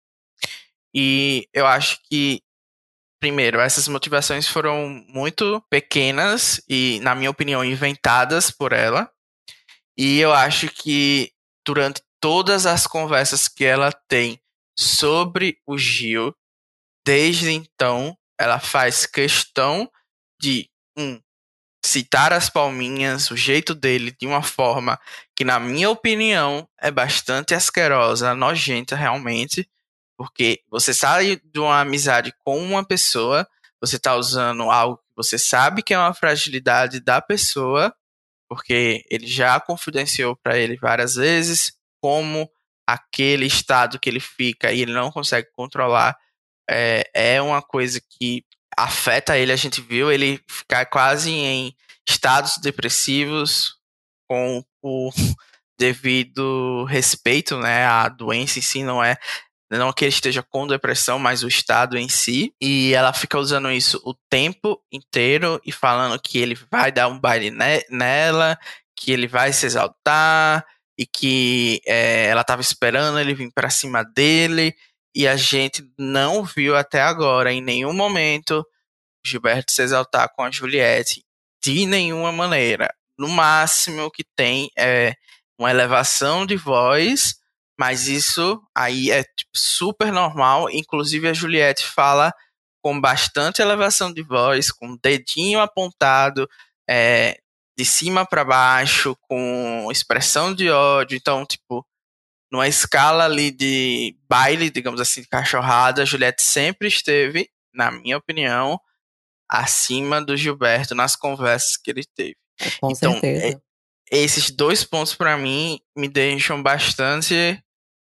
E eu acho que, primeiro, essas motivações foram muito pequenas e, na minha opinião, inventadas por ela. E eu acho que durante todas as conversas que ela tem sobre o Gil, desde então, ela faz questão de, citar as palminhas, o jeito dele, de uma forma que, na minha opinião, é bastante asquerosa, nojenta realmente, porque você sai de uma amizade com uma pessoa, você tá usando algo que você sabe que é uma fragilidade da pessoa porque ele já confidenciou para ele várias vezes como aquele estado que ele fica e ele não consegue controlar é uma coisa que afeta ele. A gente viu ele ficar quase em estados depressivos com o devido respeito, né? A doença em si não que ele esteja com depressão, mas o estado em si. E ela fica usando isso o tempo inteiro e falando que ele vai dar um baile nela, que ele vai se exaltar e que ela estava esperando ele vir para cima dele. E a gente não viu até agora, em nenhum momento, Gilberto se exaltar com a Juliette de nenhuma maneira. No máximo o que tem é uma elevação de voz, mas isso aí é tipo, super normal. Inclusive a Juliette fala com bastante elevação de voz, com o dedinho apontado, de cima para baixo, com expressão de ódio. Então, tipo, numa escala ali de baile, digamos assim, de cachorrada, a Juliette sempre esteve, na minha opinião, acima do Gilberto nas conversas que ele teve. Com Então, certeza. esses dois pontos para mim me deixam bastante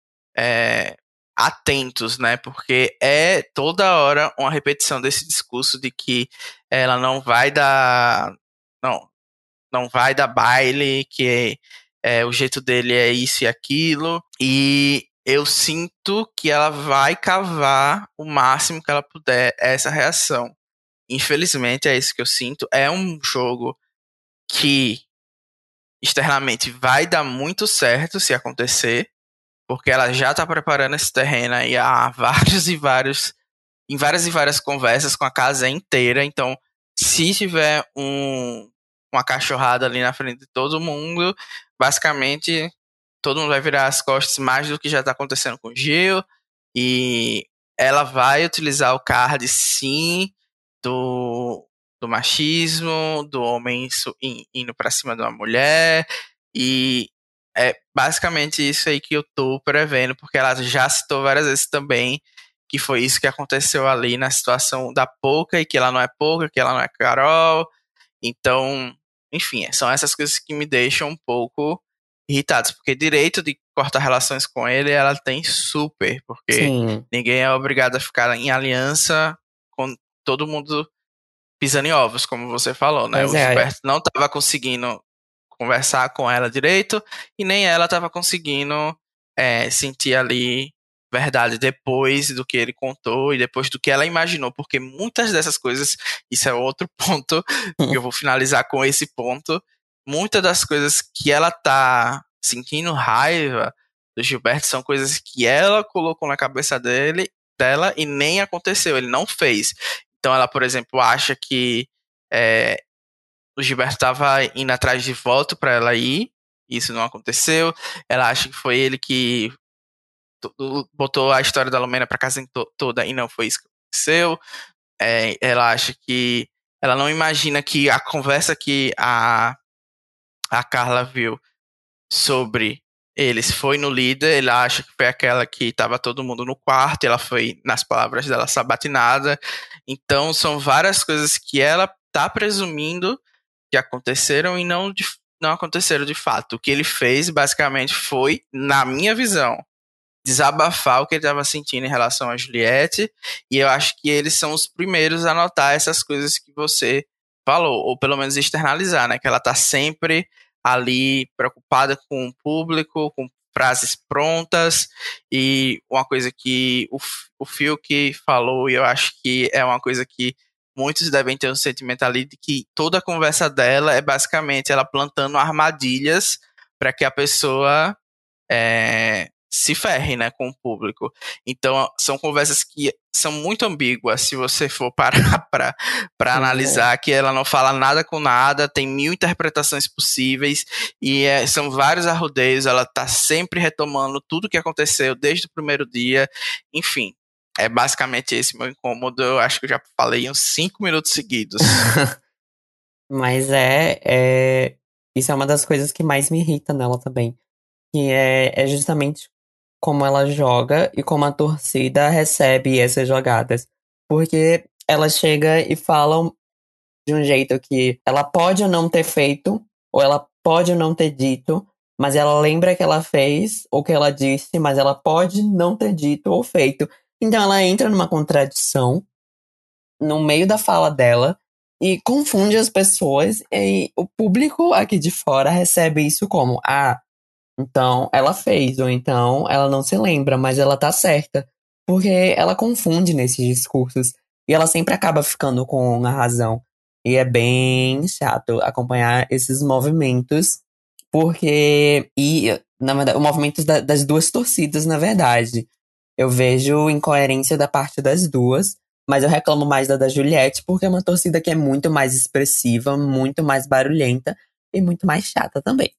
é, atentos, né? Porque é toda hora uma repetição desse discurso de que ela não vai dar, não, não vai dar baile, que o jeito dele é isso e aquilo. E eu sinto que ela vai cavar o máximo que ela puder essa reação. Infelizmente, é isso que eu sinto. É um jogo que externamente vai dar muito certo se acontecer, porque ela já tá preparando esse terreno aí há vários e vários, em várias e várias conversas com a casa inteira. Então, se tiver uma cachorrada ali na frente de todo mundo, basicamente todo mundo vai virar as costas mais do que já tá acontecendo com o Gil. E ela vai utilizar o card, sim, do, do machismo, do homem indo pra cima de uma mulher. E é basicamente isso aí que eu tô prevendo, porque ela já citou várias vezes também que foi isso que aconteceu ali na situação da Poca, e que ela não é Poca, que ela não é Carol. Então, enfim, são essas coisas que me deixam um pouco irritados, porque direito de cortar relações com ele ela tem super, porque Sim, ninguém é obrigado a ficar em aliança com todo mundo pisando em ovos, como você falou, né? pois O é. Gilberto não estava conseguindo conversar com ela direito e nem ela estava conseguindo sentir ali verdade depois do que ele contou e depois do que ela imaginou, porque muitas dessas coisas, isso é outro ponto, que eu vou finalizar com esse ponto, muitas das coisas que ela tá sentindo raiva do Gilberto são coisas que ela colocou na cabeça dela e nem aconteceu, ele não fez. Então ela, por exemplo, acha que é, o Gilberto estava indo atrás de voto para ela ir, isso não aconteceu. Ela acha que foi ele que botou a história da Lumena para casa toda e não foi isso que aconteceu. Ela acha que ela não imagina que a conversa que a Carla viu sobre eles foi no líder, ele acha que foi aquela que estava todo mundo no quarto, e ela foi, nas palavras dela, sabatinada. Então, são várias coisas que ela tá presumindo que aconteceram e não aconteceram de fato. O que ele fez, basicamente, foi, na minha visão, desabafar o que ele estava sentindo em relação a Juliette, e eu acho que eles são os primeiros a notar essas coisas que você falou, ou pelo menos externalizar, né? Que ela tá sempre ali preocupada com o público, com frases prontas, e uma coisa que o Fiuk falou, e eu acho que é uma coisa que muitos devem ter um sentimento ali de que toda a conversa dela é basicamente ela plantando armadilhas para que a pessoa se ferre, né, com o público. Então, são conversas que são muito ambíguas, se você for parar para Pois é. analisar, que ela não fala nada com nada, tem mil interpretações possíveis, e são vários arrodeios, ela tá sempre retomando tudo que aconteceu desde o primeiro dia, enfim. É basicamente esse meu incômodo. Eu acho que eu já falei uns 5 minutos seguidos. Mas isso é uma das coisas que mais me irrita nela também. Que é justamente como ela joga e como a torcida recebe essas jogadas. Porque ela chega e fala de um jeito que ela pode ou não ter feito, ou ela pode ou não ter dito, mas ela lembra que ela fez, ou que ela disse, mas ela pode não ter dito ou feito. Então ela entra numa contradição no meio da fala dela e confunde as pessoas, e o público aqui de fora recebe isso como: ah, então ela fez, ou então ela não se lembra, mas ela tá certa. Porque ela confunde nesses discursos. E ela sempre acaba ficando com a razão. E é bem chato acompanhar esses movimentos. Porque. E, na verdade, os movimentos das duas torcidas, na verdade. Eu vejo incoerência da parte das duas. Mas eu reclamo mais da Juliette, porque é uma torcida que é muito mais expressiva, muito mais barulhenta e muito mais chata também.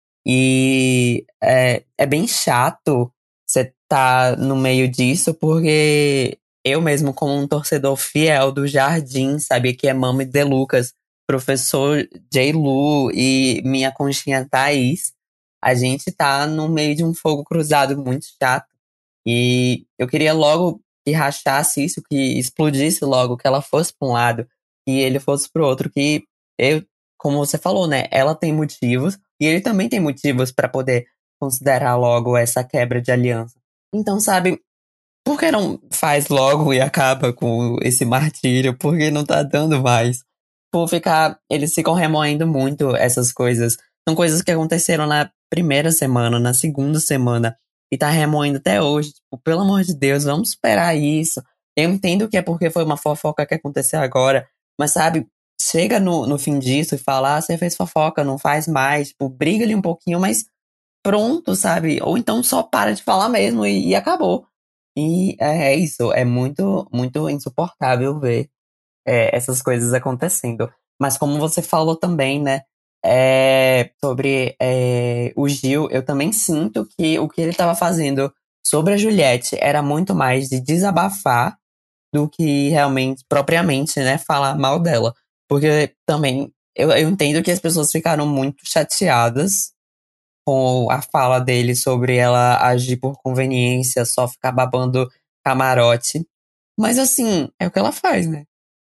E é bem chato você tá no meio disso, porque eu mesmo, como um torcedor fiel do Jardim, sabia que é Mama de Lucas, professor J. Lu e minha conchinha Thaís, a gente tá no meio de um fogo cruzado muito chato. E eu queria logo que rachasse isso, que explodisse logo, que ela fosse pra um lado e ele fosse pro outro, que eu, como você falou, né? Ela tem motivos e ele também tem motivos pra poder considerar logo essa quebra de aliança. Então, sabe, por que não faz logo e acaba com esse martírio? Porque não tá dando mais. Por ficar. Eles ficam remoendo muito essas coisas. São coisas que aconteceram na primeira semana, na segunda semana. E tá remoendo até hoje. Tipo, pelo amor de Deus, vamos superar isso. Eu entendo que é porque foi uma fofoca que aconteceu agora. Mas sabe, chega no fim disso e fala: ah, você fez fofoca, não faz mais. Tipo, briga ali um pouquinho, mas pronto, sabe? Ou então só para de falar mesmo e acabou. E é isso, é muito, muito insuportável ver essas coisas acontecendo. Mas como você falou também, né, sobre o Gil, eu também sinto que o que ele estava fazendo sobre a Juliette era muito mais de desabafar do que realmente, propriamente, né, falar mal dela. Porque também eu entendo que as pessoas ficaram muito chateadas com a fala dele sobre ela agir por conveniência, só ficar babando camarote. Mas assim, é o que ela faz, né?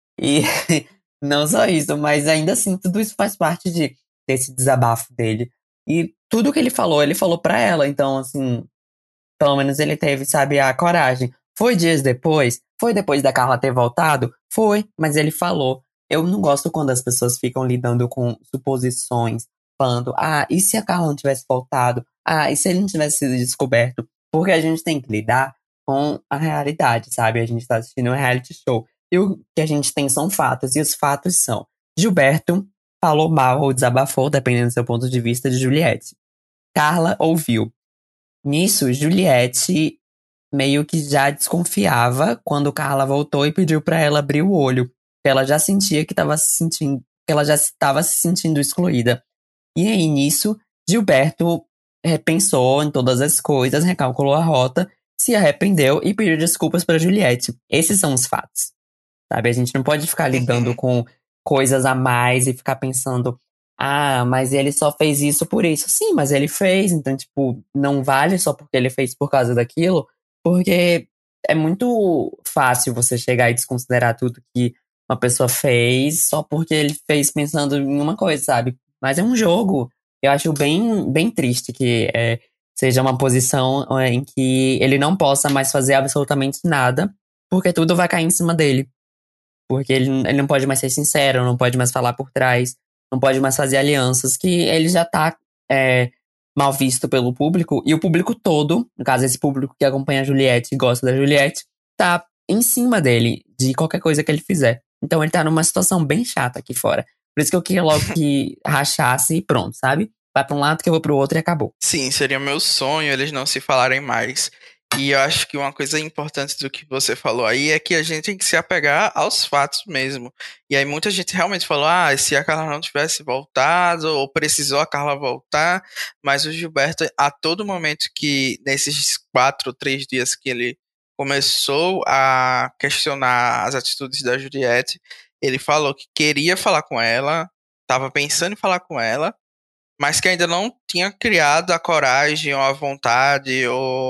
E não só isso, mas ainda assim, tudo isso faz parte desse desabafo dele. E tudo que ele falou pra ela. Então, assim, pelo menos ele teve, sabe, a coragem. Foi dias depois? Foi depois da Carla ter voltado? Foi, mas ele falou. Eu não gosto quando as pessoas ficam lidando com suposições, falando, ah, e se a Carla não tivesse voltado? Ah, e se ele não tivesse sido descoberto? Porque a gente tem que lidar com a realidade, sabe? A gente tá assistindo um reality show. E o que a gente tem são fatos, e os fatos são: Gilberto falou mal ou desabafou, dependendo do seu ponto de vista, de Juliette. Carla ouviu. Nisso, Juliette meio que já desconfiava quando Carla voltou e pediu pra ela abrir o olho. Ela já sentia que estava se sentindo, que ela já estava se sentindo excluída. E aí, nisso, Gilberto repensou em todas as coisas, recalculou a rota, se arrependeu e pediu desculpas pra Juliette. Esses são os fatos, sabe? A gente não pode ficar lidando Uhum. com coisas a mais e ficar pensando, ah, mas ele só fez isso por isso. Sim, mas ele fez, então, tipo, não vale só porque ele fez por causa daquilo, porque é muito fácil você chegar e desconsiderar tudo que uma pessoa fez só porque ele fez pensando em uma coisa, sabe? Mas é um jogo. Eu acho bem, bem triste que seja uma posição em que ele não possa mais fazer absolutamente nada, porque tudo vai cair em cima dele. Porque ele não pode mais ser sincero, não pode mais falar por trás, não pode mais fazer alianças, que ele já tá é, mal visto pelo público. E o público todo, no caso, esse público que acompanha a Juliette e gosta da Juliette, tá em cima dele, de qualquer coisa que ele fizer. Então ele tá numa situação bem chata aqui fora. Por isso que eu queria logo que rachasse e pronto, sabe? Vai pra um lado que eu vou pro outro e acabou. Sim, seria meu sonho eles não se falarem mais. E eu acho que uma coisa importante do que você falou aí é que a gente tem que se apegar aos fatos mesmo. E aí muita gente realmente falou, ah, se a Carla não tivesse voltado, ou precisou a Carla voltar, mas o Gilberto, a todo momento que, nesses 4 ou 3 dias que ele começou a questionar as atitudes da Juliette, ele falou que queria falar com ela, estava pensando em falar com ela, mas que ainda não tinha criado a coragem ou a vontade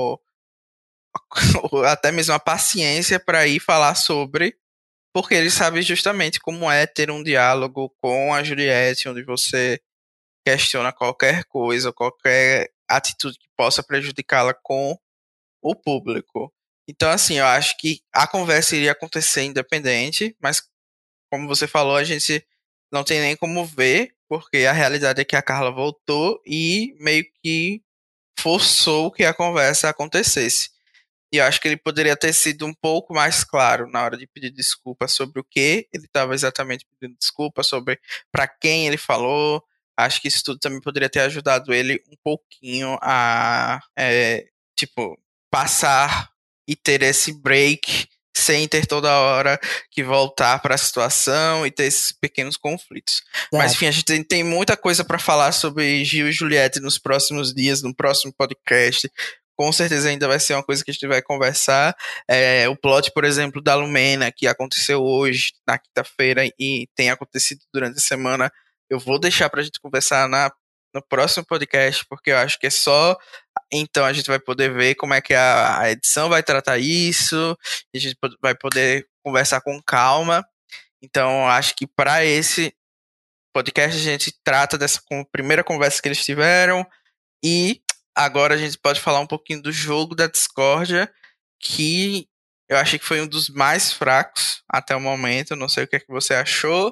ou até mesmo a paciência para ir falar sobre, porque ele sabe justamente como é ter um diálogo com a Juliette, onde você questiona qualquer coisa, qualquer atitude que possa prejudicá-la com o público. Então, assim, eu acho que a conversa iria acontecer independente, mas como você falou, a gente não tem nem como ver, porque a realidade é que a Carla voltou e meio que forçou que a conversa acontecesse. E eu acho que ele poderia ter sido um pouco mais claro na hora de pedir desculpa sobre o que ele estava exatamente pedindo desculpa, sobre para quem ele falou. Acho que isso tudo também poderia ter ajudado ele um pouquinho a, tipo, passar e ter esse break sem ter toda hora que voltar para a situação e ter esses pequenos conflitos. Mas Exato. enfim, a gente tem muita coisa para falar sobre Gil e Juliette nos próximos dias, no próximo podcast. Com certeza ainda vai ser uma coisa que a gente vai conversar. O plot, por exemplo, da Lumena, que aconteceu hoje, na quinta-feira, e tem acontecido durante a semana, eu vou deixar pra gente conversar na no próximo podcast, porque eu acho que é só então a gente vai poder ver como é que a edição vai tratar isso, e a gente vai poder conversar com calma. Então, acho que para esse podcast a gente trata dessa primeira conversa que eles tiveram e agora a gente pode falar um pouquinho do jogo da discórdia, que eu achei que foi um dos mais fracos até o momento. Não sei o que é que você achou.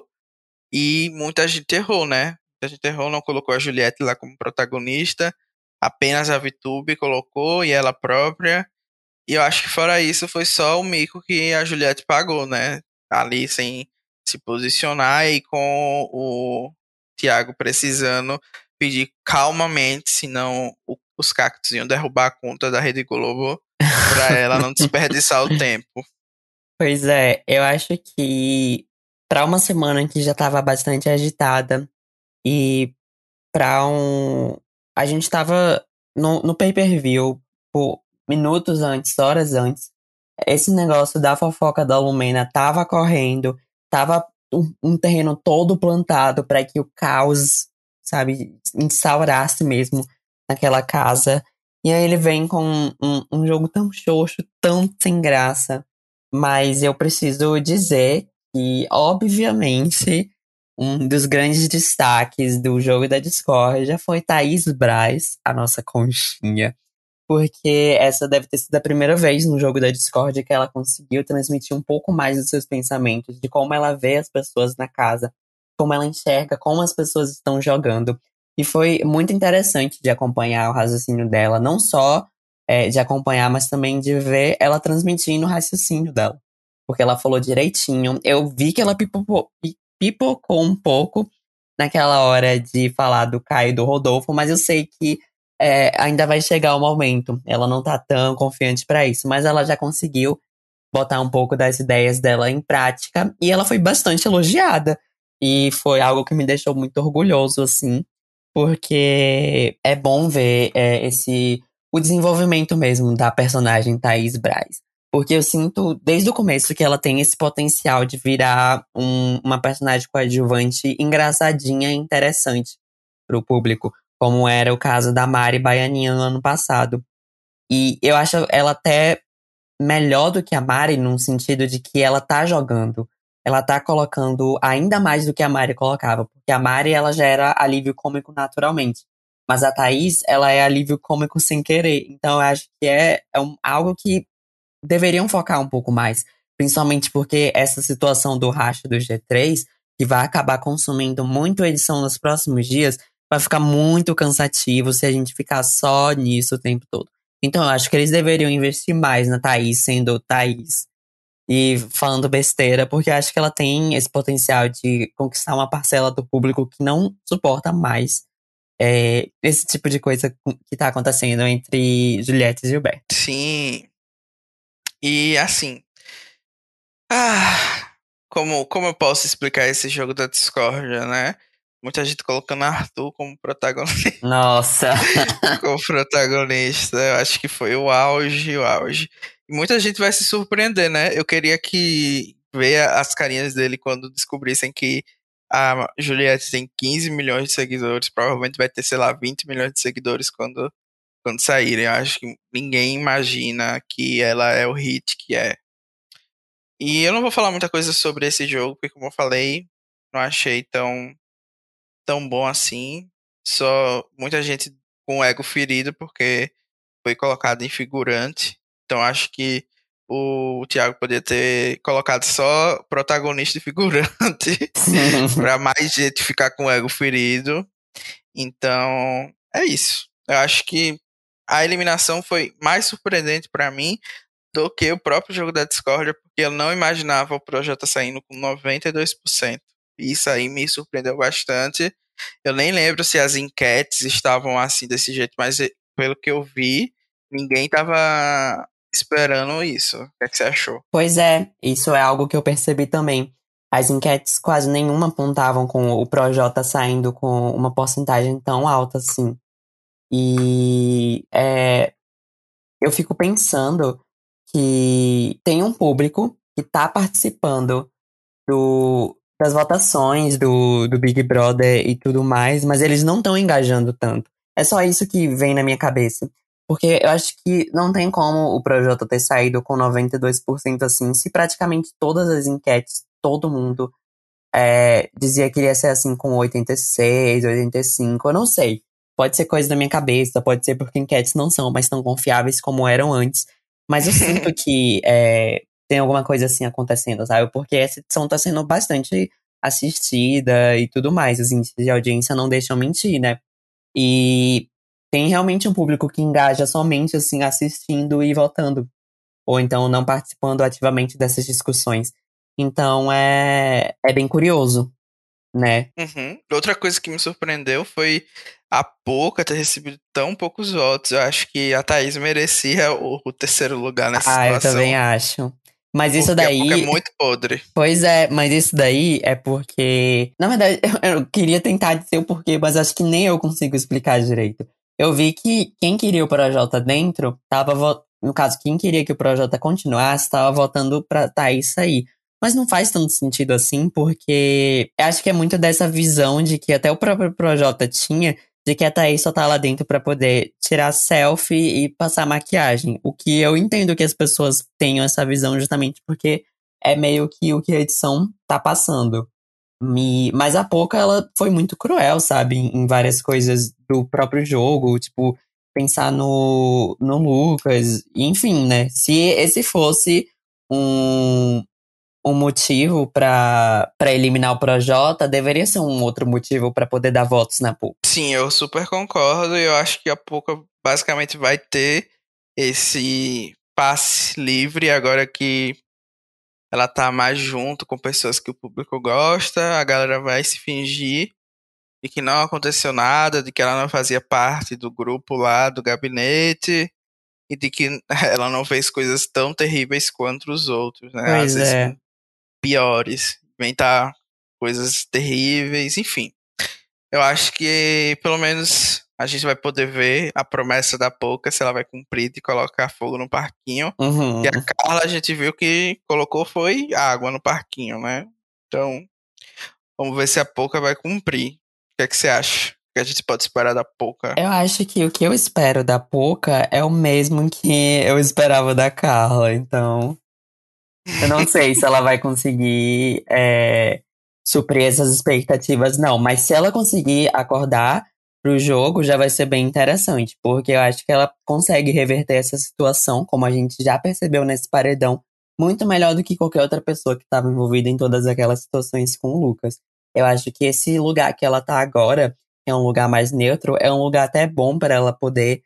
E muita gente errou, né? Muita gente errou, não colocou a Juliette lá como protagonista. Apenas a VTube colocou e ela própria. E eu acho que fora isso foi só o mico que a Juliette pagou, né? Ali sem se posicionar e com o Thiago precisando pedir calmamente, senão os cactos iam derrubar a conta da Rede Globo pra ela não desperdiçar o tempo. Pois é, eu acho que pra uma semana que já tava bastante agitada e pra um. A gente tava no pay-per-view por minutos antes, horas antes. Esse negócio da fofoca da Lumena tava correndo, tava um terreno todo plantado pra que o caos, sabe, instaurasse mesmo naquela casa. E aí ele vem com um jogo tão xoxo, tão sem graça. Mas eu preciso dizer que, obviamente, um dos grandes destaques do jogo da Discord foi Thaís Braz, a nossa conchinha. Porque essa deve ter sido a primeira vez no jogo da Discord que ela conseguiu transmitir um pouco mais dos seus pensamentos, de como ela vê as pessoas na casa, como ela enxerga, como as pessoas estão jogando. E foi muito interessante de acompanhar o raciocínio dela, não só de acompanhar, mas também de ver ela transmitindo o raciocínio dela. Porque ela falou direitinho. Eu vi que ela pipocou um pouco naquela hora de falar do Caio e do Rodolfo, mas eu sei que ainda vai chegar o momento. Ela não tá tão confiante pra isso, mas ela já conseguiu botar um pouco das ideias dela em prática e ela foi bastante elogiada. E foi algo que me deixou muito orgulhoso, assim, porque é bom ver o desenvolvimento mesmo da personagem Thaís Braz. Porque eu sinto desde o começo que ela tem esse potencial de virar uma personagem coadjuvante engraçadinha e interessante pro público, como era o caso da Mari Baianinha no ano passado. E eu acho ela até melhor do que a Mari, num sentido de que ela tá jogando. Ela tá colocando ainda mais do que a Mari colocava. Porque a Mari, ela já era alívio cômico naturalmente. Mas a Thaís, ela é alívio cômico sem querer. Então eu acho que algo que deveriam focar um pouco mais. Principalmente porque essa situação do racha do G3, que vai acabar consumindo muito edição nos próximos dias, vai ficar muito cansativo se a gente ficar só nisso o tempo todo. Então eu acho que eles deveriam investir mais na Thaís sendo Thaís e falando besteira, porque eu acho que ela tem esse potencial de conquistar uma parcela do público que não suporta mais esse tipo de coisa que tá acontecendo entre Juliette e Gilberto. Sim, e assim, ah, como eu posso explicar esse jogo da discórdia, né? Muita gente colocando Arthur como protagonista. Nossa! Como protagonista, eu acho que foi o auge, o auge. E muita gente vai se surpreender, né? Eu queria que ver as carinhas dele quando descobrissem que a Juliette tem 15 milhões de seguidores, provavelmente vai ter, sei lá, 20 milhões de seguidores quando saírem. Eu acho que ninguém imagina que ela é o hit que é. E eu não vou falar muita coisa sobre esse jogo, porque como eu falei, não achei tão bom assim. Só muita gente com o ego ferido, porque foi colocado em figurante. Então acho que o Thiago poderia ter colocado só protagonista e figurante para mais gente ficar com o ego ferido. Então é isso. Eu acho que a eliminação foi mais surpreendente para mim do que o próprio jogo da Discordia, porque eu não imaginava o projeto saindo com 92%. Isso aí me surpreendeu bastante. Eu nem lembro se as enquetes estavam assim desse jeito, mas pelo que eu vi, ninguém estava esperando isso. O que é que você achou? Pois é, isso é algo que eu percebi também. As enquetes quase nenhuma apontavam com o Projota saindo com uma porcentagem tão alta assim. E eu fico pensando que tem um público que tá participando das votações do Big Brother e tudo mais, mas eles não estão engajando tanto. É só isso que vem na minha cabeça. Porque eu acho que não tem como o Projota ter saído com 92% assim, se praticamente todas as enquetes, todo mundo dizia que iria ser assim com 86, 85, eu não sei. Pode ser coisa da minha cabeça, pode ser porque enquetes não são mais tão confiáveis como eram antes. Mas eu sinto que tem alguma coisa assim acontecendo, sabe? Porque essa edição tá sendo bastante assistida e tudo mais. Os índices de audiência não deixam mentir, né? E tem realmente um público que engaja somente assim assistindo e votando, ou então não participando ativamente dessas discussões. Então é bem curioso, né? Uhum. Outra coisa que me surpreendeu foi a Poca ter recebido tão poucos votos. Eu acho que a Thaís merecia o terceiro lugar nessa Ah, eu também situação, acho. Mas isso porque a Poca é daí, muito podre. pois é, mas isso daí é porque, na verdade, eu queria tentar dizer o porquê, mas acho que nem eu consigo explicar direito. Eu vi que quem queria o Projota dentro no caso, quem queria que o Projota continuasse, estava votando pra Thaís sair. Mas não faz tanto sentido assim, porque eu acho que é muito dessa visão de que até o próprio Projota tinha, de que a Thaís só tá lá dentro pra poder tirar selfie e passar maquiagem. O que eu entendo que as pessoas tenham essa visão justamente porque é meio que o que a edição tá passando. Mas a Poca, ela foi muito cruel, sabe? Em várias coisas do próprio jogo, tipo, pensar no Lucas, enfim, né? Se esse fosse um, um motivo pra eliminar o Projota, deveria ser um outro motivo pra poder dar votos na Poca. Sim, eu super concordo. E eu acho que a Poca basicamente vai ter esse passe livre agora que ela tá mais junto com pessoas que o público gosta. A galera vai se fingir de que não aconteceu nada, de que ela não fazia parte do grupo lá do gabinete e de que ela não fez coisas tão terríveis quanto os outros, né? Às Pois vezes é. piores, inventar coisas terríveis, enfim. Eu acho que pelo menos a gente vai poder ver a promessa da Poca, se ela vai cumprir de colocar fogo no parquinho. E a Uhum. Carla a gente viu que colocou foi água no parquinho, né? Então, vamos ver se a Poca vai cumprir. O que é que você acha? O que a gente pode esperar da Poca? Eu acho que o que eu espero da Poca é o mesmo que eu esperava da Carla, então. Eu não sei se ela vai conseguir suprir essas expectativas, não. Mas se ela conseguir acordar pro jogo, já vai ser bem interessante. Porque eu acho que ela consegue reverter essa situação, como a gente já percebeu nesse paredão, muito melhor do que qualquer outra pessoa que estava envolvida em todas aquelas situações com o Lucas. Eu acho que esse lugar que ela tá agora, que é um lugar mais neutro, é um lugar até bom para ela poder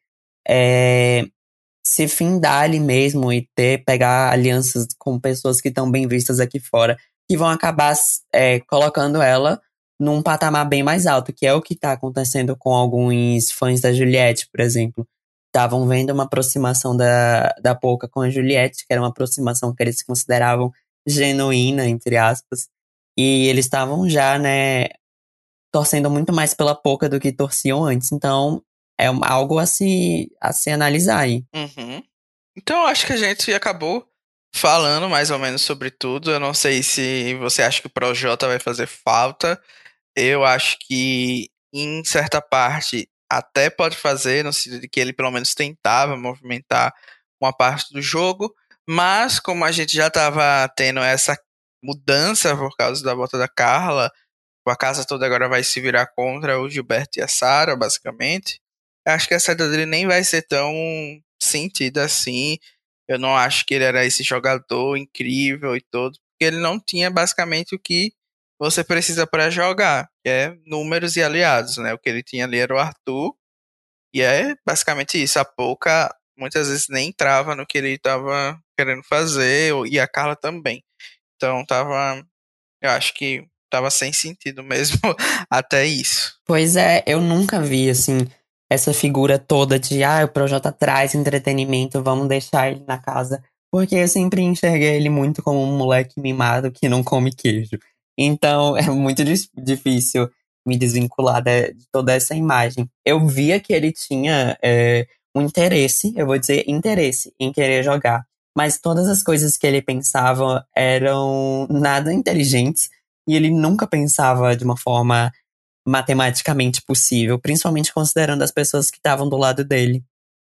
é, se findar ali mesmo e pegar alianças com pessoas que estão bem vistas aqui fora, que vão acabar colocando ela num patamar bem mais alto, que é o que está acontecendo com alguns fãs da Juliette, por exemplo. Estavam vendo uma aproximação da Poca com a Juliette, que era uma aproximação que eles consideravam genuína, entre aspas, e eles estavam já, né, torcendo muito mais pela Poca do que torciam antes. Então, algo a se analisar aí. Uhum. Então, eu acho que a gente acabou falando mais ou menos sobre tudo. Eu não sei se você acha que o Projota vai fazer falta. Eu acho que, em certa parte, até pode fazer, no sentido de que ele pelo menos tentava movimentar uma parte do jogo. Mas, como a gente já estava tendo essa mudança por causa da volta da Carla, a casa toda agora vai se virar contra o Gilberto e a Sarah, basicamente. Eu acho que a saída dele nem vai ser tão sentida assim. Eu não acho que ele era esse jogador incrível e todo, porque ele não tinha basicamente o que você precisa para jogar, que é números e aliados, né? O que ele tinha ali era o Arthur, e é basicamente isso. A Pouca muitas vezes nem entrava no que ele estava querendo fazer, e a Carla também. Então tava, eu acho que tava sem sentido mesmo até isso. Pois é, eu nunca vi, assim, essa figura toda de, o Projota traz entretenimento, vamos deixar ele na casa. Porque eu sempre enxerguei ele muito como um moleque mimado que não come queijo. Então é muito difícil me desvincular de toda essa imagem. Eu via que ele tinha um interesse, eu vou dizer interesse, em querer jogar. Mas todas as coisas que ele pensava eram nada inteligentes. e ele nunca pensava de uma forma matematicamente possível, principalmente considerando as pessoas que estavam do lado dele.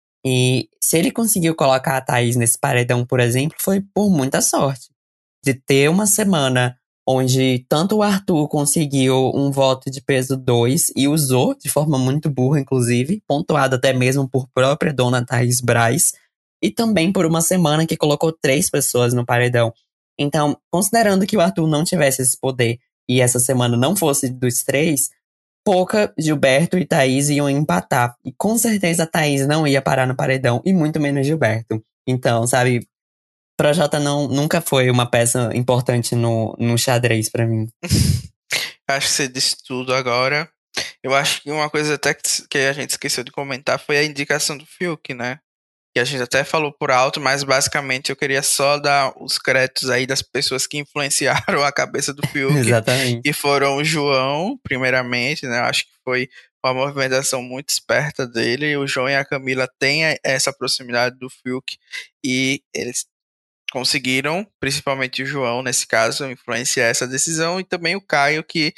E se ele conseguiu colocar a Thaís nesse paredão, por exemplo, foi por muita sorte. De ter uma semana onde tanto o Arthur conseguiu um voto de peso 2 e usou de forma muito burra, inclusive, pontuado até mesmo por própria dona Thaís Braz, e também por uma semana que colocou 3 pessoas no paredão. Então, considerando que o Arthur não tivesse esse poder e essa semana não fosse dos 3, Poca, Gilberto e Thaís iam empatar. E com certeza a Thaís não ia parar no paredão, e muito menos Gilberto. Então, sabe, Projota nunca foi uma peça importante no xadrez pra mim. Acho que você disse tudo agora. Eu acho que uma coisa até que a gente esqueceu de comentar foi a indicação do Fiuk, né? Que a gente até falou por alto, mas basicamente eu queria só dar os créditos aí das pessoas que influenciaram a cabeça do Fiuk, Exatamente. e foram o João, primeiramente, né? Eu acho que foi uma movimentação muito esperta dele. O João e a Camila têm essa proximidade do Fiuk e eles conseguiram, principalmente o João, nesse caso, influenciar essa decisão, e também o Caio, que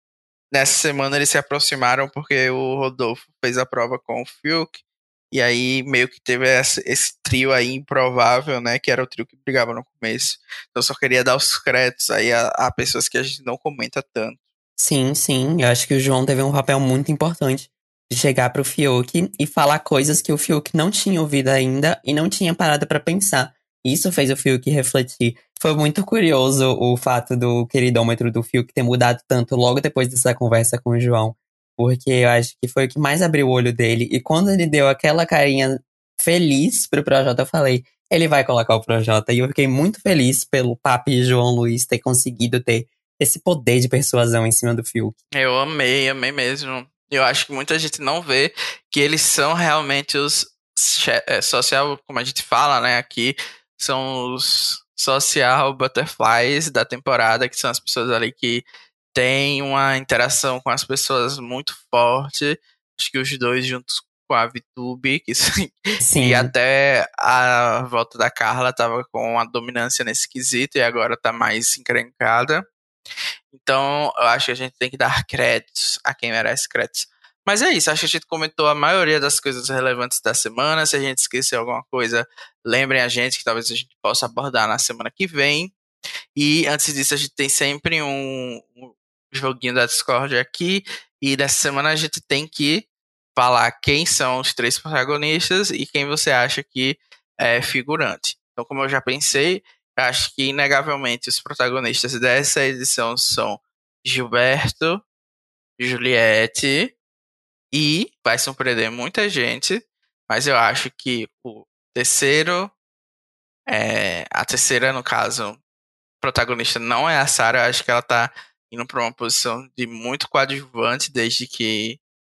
nessa semana eles se aproximaram porque o Rodolfo fez a prova com o Fiuk, e aí meio que teve esse trio aí improvável, né, que era o trio que brigava no começo. Então eu só queria dar os créditos aí a pessoas que a gente não comenta tanto. Sim, sim. Eu acho que o João teve um papel muito importante de chegar pro Fiuk e falar coisas que o Fiuk não tinha ouvido ainda e não tinha parado pra pensar. Isso fez o Fiuk refletir. Foi muito curioso o fato do queridômetro do Fiuk ter mudado tanto logo depois dessa conversa com o João. Porque eu acho que foi o que mais abriu o olho dele. E quando ele deu aquela carinha feliz pro Projota, eu falei, ele vai colocar o Projota. E eu fiquei muito feliz pelo Papi João Luiz ter conseguido ter esse poder de persuasão em cima do Fiuk. Eu amei, amei mesmo. Eu acho que muita gente não vê que eles são realmente os social, como a gente fala, né, aqui, são os social butterflies da temporada, que são as pessoas ali que têm uma interação com as pessoas muito forte. Acho que os dois juntos com a VTube, que Sim. até a volta da Carla tava com a dominância nesse quesito e agora tá mais encrencada. Então, eu acho que a gente tem que dar créditos a quem merece créditos. Mas é isso, acho que a gente comentou a maioria das coisas relevantes da semana. Se a gente esqueceu alguma coisa, lembrem a gente que talvez a gente possa abordar na semana que vem. E antes disso, a gente tem sempre um joguinho da Discord aqui. E nessa semana a gente tem que falar quem são os 3 protagonistas e quem você acha que é figurante. Então, como eu já pensei, eu acho que inegavelmente os protagonistas dessa edição são Gilberto, Juliette, e vai surpreender muita gente, mas eu acho que o terceiro, a terceira, no caso, protagonista não é a Sarah. Eu acho que ela tá indo pra uma posição de muito coadjuvante desde que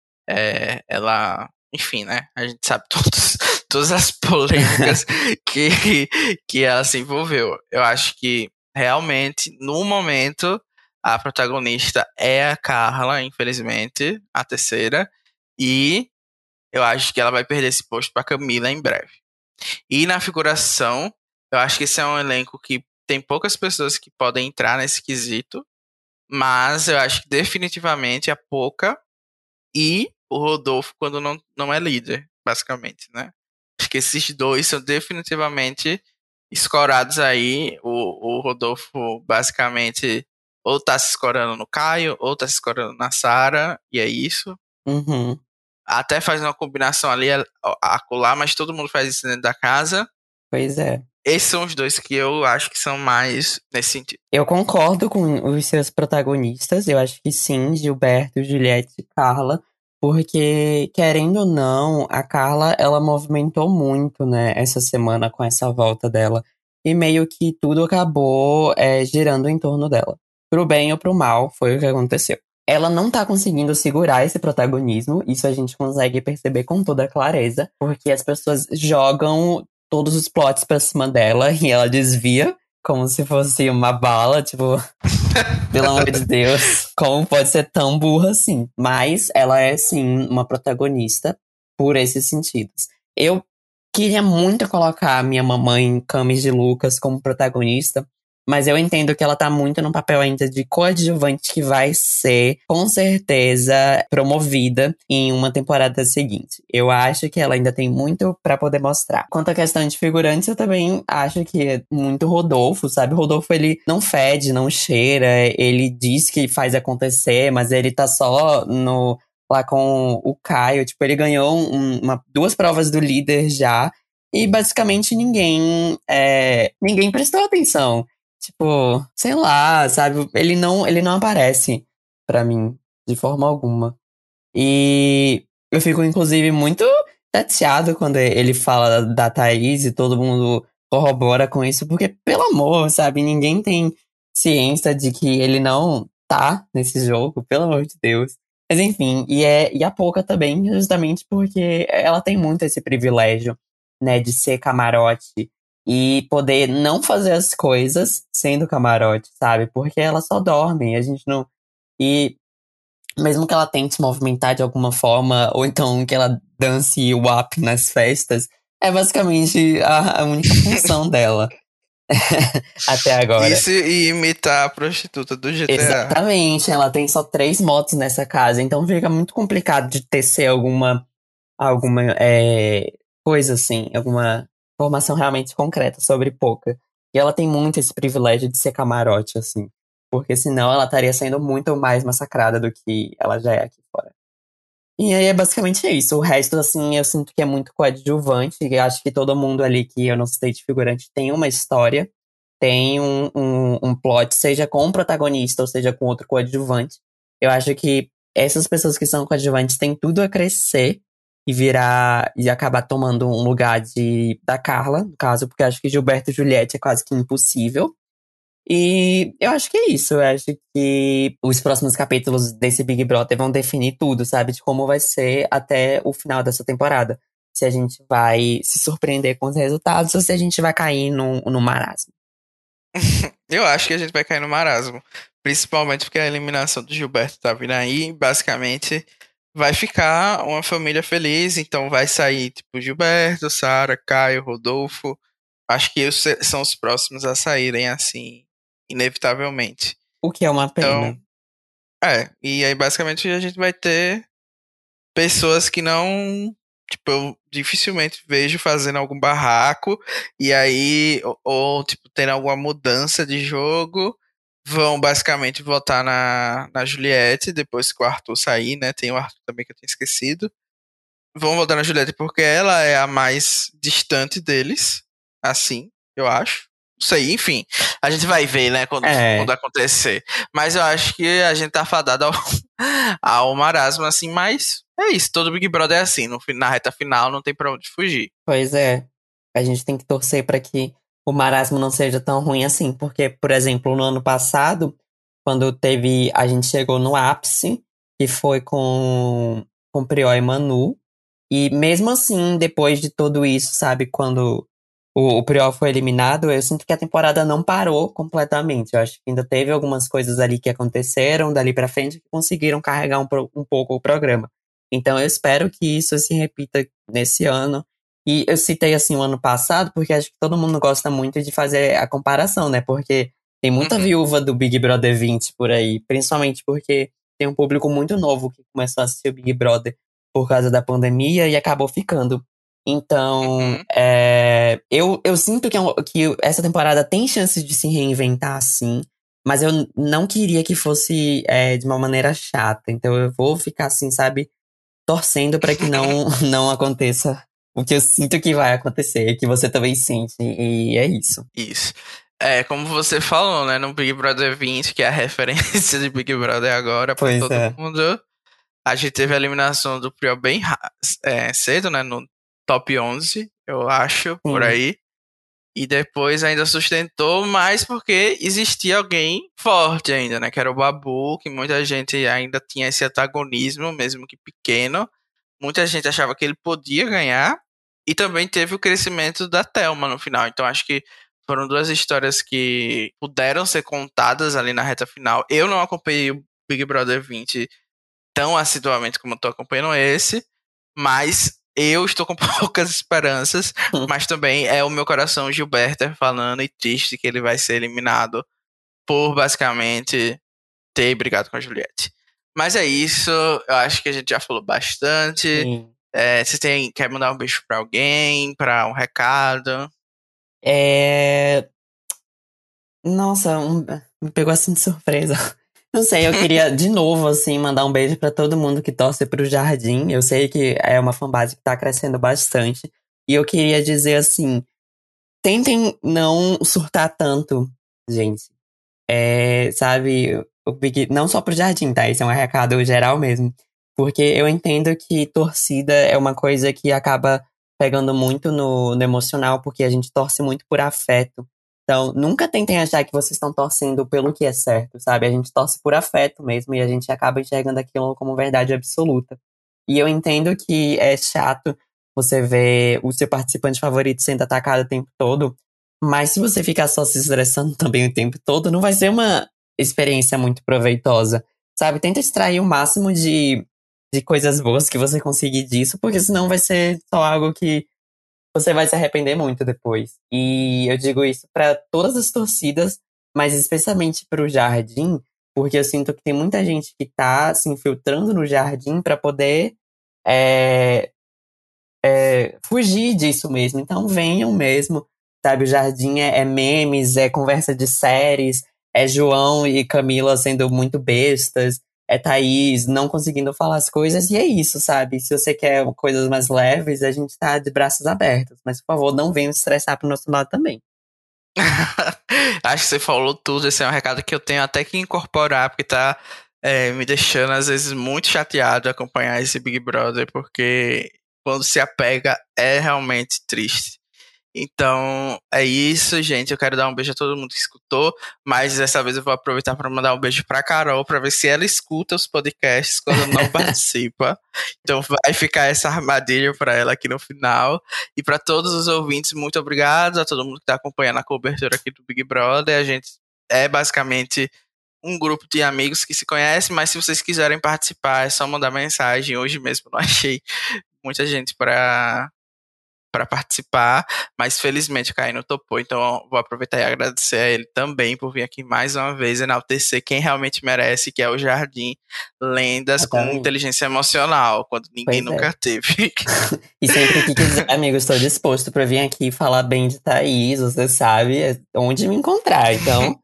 ela, enfim, né? A gente sabe todas as polêmicas que ela se envolveu. Eu acho que realmente, no momento, a protagonista é a Carla, infelizmente, a terceira, e eu acho que ela vai perder esse posto pra Camila em breve. E na figuração, eu acho que esse é um elenco que tem poucas pessoas que podem entrar nesse quesito, mas eu acho que definitivamente a Poca e o Rodolfo quando não é líder, basicamente, né? Acho que esses dois são definitivamente escorados aí. O Rodolfo basicamente ou tá se escorando no Caio, ou tá se escorando na Sarah, e é isso. Uhum. Até faz uma combinação ali a colar, mas todo mundo faz isso dentro da casa. Pois é. Esses são os dois que eu acho que são mais nesse sentido. Eu concordo com os seus protagonistas. Eu acho que sim, Gilberto, Juliette e Carla. Porque, querendo ou não, a Carla, ela movimentou muito, né, essa semana com essa volta dela. E meio que tudo acabou girando em torno dela. Pro bem ou pro mal, foi o que aconteceu. Ela não tá conseguindo segurar esse protagonismo, isso a gente consegue perceber com toda clareza, porque as pessoas jogam todos os plots pra cima dela e ela desvia como se fosse uma bala, tipo, pelo amor de Deus, como pode ser tão burra assim? Mas ela é, sim, uma protagonista por esses sentidos. Eu queria muito colocar a minha mamãe Camis de Lucas como protagonista, Mas eu entendo que ela tá muito num papel ainda de coadjuvante que vai ser, com certeza, promovida em uma temporada seguinte. Eu acho que ela ainda tem muito pra poder mostrar. Quanto à questão de figurantes, eu também acho que é muito Rodolfo, sabe? O Rodolfo, ele não fede, não cheira, ele diz que faz acontecer, mas ele tá só no lá com o Caio. Tipo, ele ganhou duas provas do líder já. E basicamente ninguém prestou atenção. Tipo, sei lá, sabe? Ele não aparece pra mim, de forma alguma. E eu fico, inclusive, muito chateado quando ele fala da Thaís e todo mundo corrobora com isso, porque, pelo amor, sabe? Ninguém tem ciência de que ele não tá nesse jogo, pelo amor de Deus. Mas enfim, e a Poca também, justamente porque ela tem muito esse privilégio, né, de ser camarote e poder não fazer as coisas sendo camarote, sabe? Porque ela só dorme, a gente não. E mesmo que ela tente se movimentar de alguma forma, ou então que ela dance o WAP nas festas, é basicamente a única função dela até agora. Isso e imitar a prostituta do GTA. Exatamente, ela tem só 3 motos nessa casa, então fica muito complicado de tecer alguma coisa assim, alguma informação realmente concreta sobre Poca. E ela tem muito esse privilégio de ser camarote, assim, porque senão ela estaria sendo muito mais massacrada do que ela já é aqui fora. E aí é basicamente isso. O resto, assim, eu sinto que é muito coadjuvante. E eu acho que todo mundo ali que eu não citei de figurante tem uma história, tem um plot, seja com o protagonista ou seja com outro coadjuvante. Eu acho que essas pessoas que são coadjuvantes têm tudo a crescer e virar e acabar tomando um lugar da Carla, no caso, porque eu acho que Gilberto e Juliette é quase que impossível. E eu acho que é isso. Eu acho que os próximos capítulos desse Big Brother vão definir tudo, sabe? De como vai ser até o final dessa temporada. Se a gente vai se surpreender com os resultados ou se a gente vai cair no marasmo. Eu acho que a gente vai cair no marasmo. Principalmente porque a eliminação do Gilberto tá vindo aí. Basicamente, vai ficar uma família feliz. Então vai sair, tipo, Gilberto, Sara, Caio, Rodolfo. Acho que são os próximos a saírem, assim, inevitavelmente. O que é uma Então, pena. e aí basicamente a gente vai ter pessoas que não, tipo, eu dificilmente vejo fazendo algum barraco, e aí, tipo, tendo alguma mudança de jogo, vão basicamente votar na Juliette, depois que o Arthur sair, né? Tem o Arthur também que eu tinha esquecido. Vão votar na Juliette porque ela é a mais distante deles, assim, eu acho. Não sei, enfim. A gente vai ver, né, quando É, acontecer. Mas eu acho que a gente tá fadado ao marasmo, assim, mas é isso. Todo Big Brother é assim. Na reta final não tem pra onde fugir. pois é. A gente tem que torcer para que o marasmo não seja tão ruim assim. Porque, por exemplo, no ano passado, quando a gente chegou no ápice, que foi com Prior e Manu. E mesmo assim, depois de tudo isso, sabe, quando o Priol foi eliminado, eu sinto que a temporada não parou completamente. Eu acho que ainda teve algumas coisas ali que aconteceram dali pra frente que conseguiram carregar um pouco o programa. Então eu espero que isso se repita nesse ano. E eu citei assim o ano passado, porque acho que todo mundo gosta muito de fazer a comparação, né? Porque tem muita Uhum. viúva do Big Brother 20 por aí, principalmente porque tem um público muito novo que começou a assistir o Big Brother por causa da pandemia e acabou ficando. Então, Uhum. eu sinto que essa temporada tem chances de se reinventar, sim, mas eu não queria que fosse de uma maneira chata. Então, eu vou ficar assim, sabe, torcendo para que não, não aconteça o que eu sinto que vai acontecer, que você também sente, e é isso. Isso. É, como você falou, né, no Big Brother 20, que é a referência de Big Brother agora pra Pois todo é. mundo, a gente teve a eliminação do Prior bem cedo, né, no top 11, eu acho, por Sim, aí. E depois ainda sustentou mais porque existia alguém forte ainda, né? Que era o Babu, que muita gente ainda tinha esse antagonismo, mesmo que pequeno. Muita gente achava que ele podia ganhar. E também teve o crescimento da Thelma no final. Então acho que foram duas histórias que puderam ser contadas ali na reta final. Eu não acompanhei o Big Brother 20 tão assiduamente como eu tô acompanhando esse, mas eu estou com poucas esperanças, mas também é o meu coração Gilberto falando e triste que ele vai ser eliminado por basicamente ter brigado com a Juliette. Mas é isso, eu acho que a gente já falou bastante. Sim. Quer mandar um beijo pra alguém, pra um recado? É... Nossa, me pegou assim de surpresa. Não sei, eu queria de novo, assim, mandar um beijo pra todo mundo que torce pro Jardim. Eu sei que é uma fanbase que tá crescendo bastante. E eu queria dizer assim, tentem não surtar tanto, gente. Sabe, não só pro Jardim, tá? Isso é um recado geral mesmo. Porque eu entendo que torcida é uma coisa que acaba pegando muito no emocional, porque a gente torce muito por afeto. Então, nunca tentem achar que vocês estão torcendo pelo que é certo, sabe? A gente torce por afeto mesmo e a gente acaba enxergando aquilo como verdade absoluta. E eu entendo que é chato você ver o seu participante favorito sendo atacado o tempo todo, mas se você ficar só se estressando também o tempo todo, não vai ser uma experiência muito proveitosa, sabe? Tenta extrair o máximo de coisas boas que você conseguir disso, porque senão vai ser só algo que você vai se arrepender muito depois. E eu digo isso para todas as torcidas, mas especialmente para o Jardim, porque eu sinto que tem muita gente que tá se infiltrando no Jardim para poder é, fugir disso mesmo. Então venham mesmo, sabe? O Jardim é memes, é conversa de séries, é João e Camila sendo muito bestas, é Thaís não conseguindo falar as coisas, e é isso, sabe? Se você quer coisas mais leves, a gente tá de braços abertos. Mas, por favor, não venham estressar pro nosso lado também. Acho que você falou tudo. Esse é um recado que eu tenho até que incorporar, porque tá me deixando, às vezes, muito chateado acompanhar esse Big Brother, porque quando se apega é realmente triste. Então, é isso, gente. Eu quero dar um beijo a todo mundo que escutou, mas dessa vez eu vou aproveitar para mandar um beijo pra Carol, para ver se ela escuta os podcasts quando não participa. Então, vai ficar essa armadilha para ela aqui no final. E para todos os ouvintes, muito obrigado a todo mundo que está acompanhando a cobertura aqui do Big Brother. A gente é basicamente um grupo de amigos que se conhece, mas se vocês quiserem participar, é só mandar mensagem. Hoje mesmo eu não achei muita gente para participar, mas felizmente o Caio topou, então eu vou aproveitar e agradecer a ele também por vir aqui mais uma vez enaltecer quem realmente merece, que é o Jardim Lendas com Exatamente. inteligência emocional, quando ninguém Pois é. nunca teve. E sempre que quiser, amigo, estou disposto para vir aqui falar bem de Thaís, você sabe onde me encontrar. Então,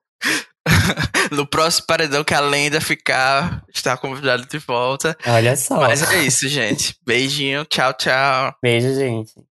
No próximo paredão que a lenda ficar, está convidado de volta. olha só. Mas é isso, gente. Beijinho, tchau, tchau. Beijo, gente.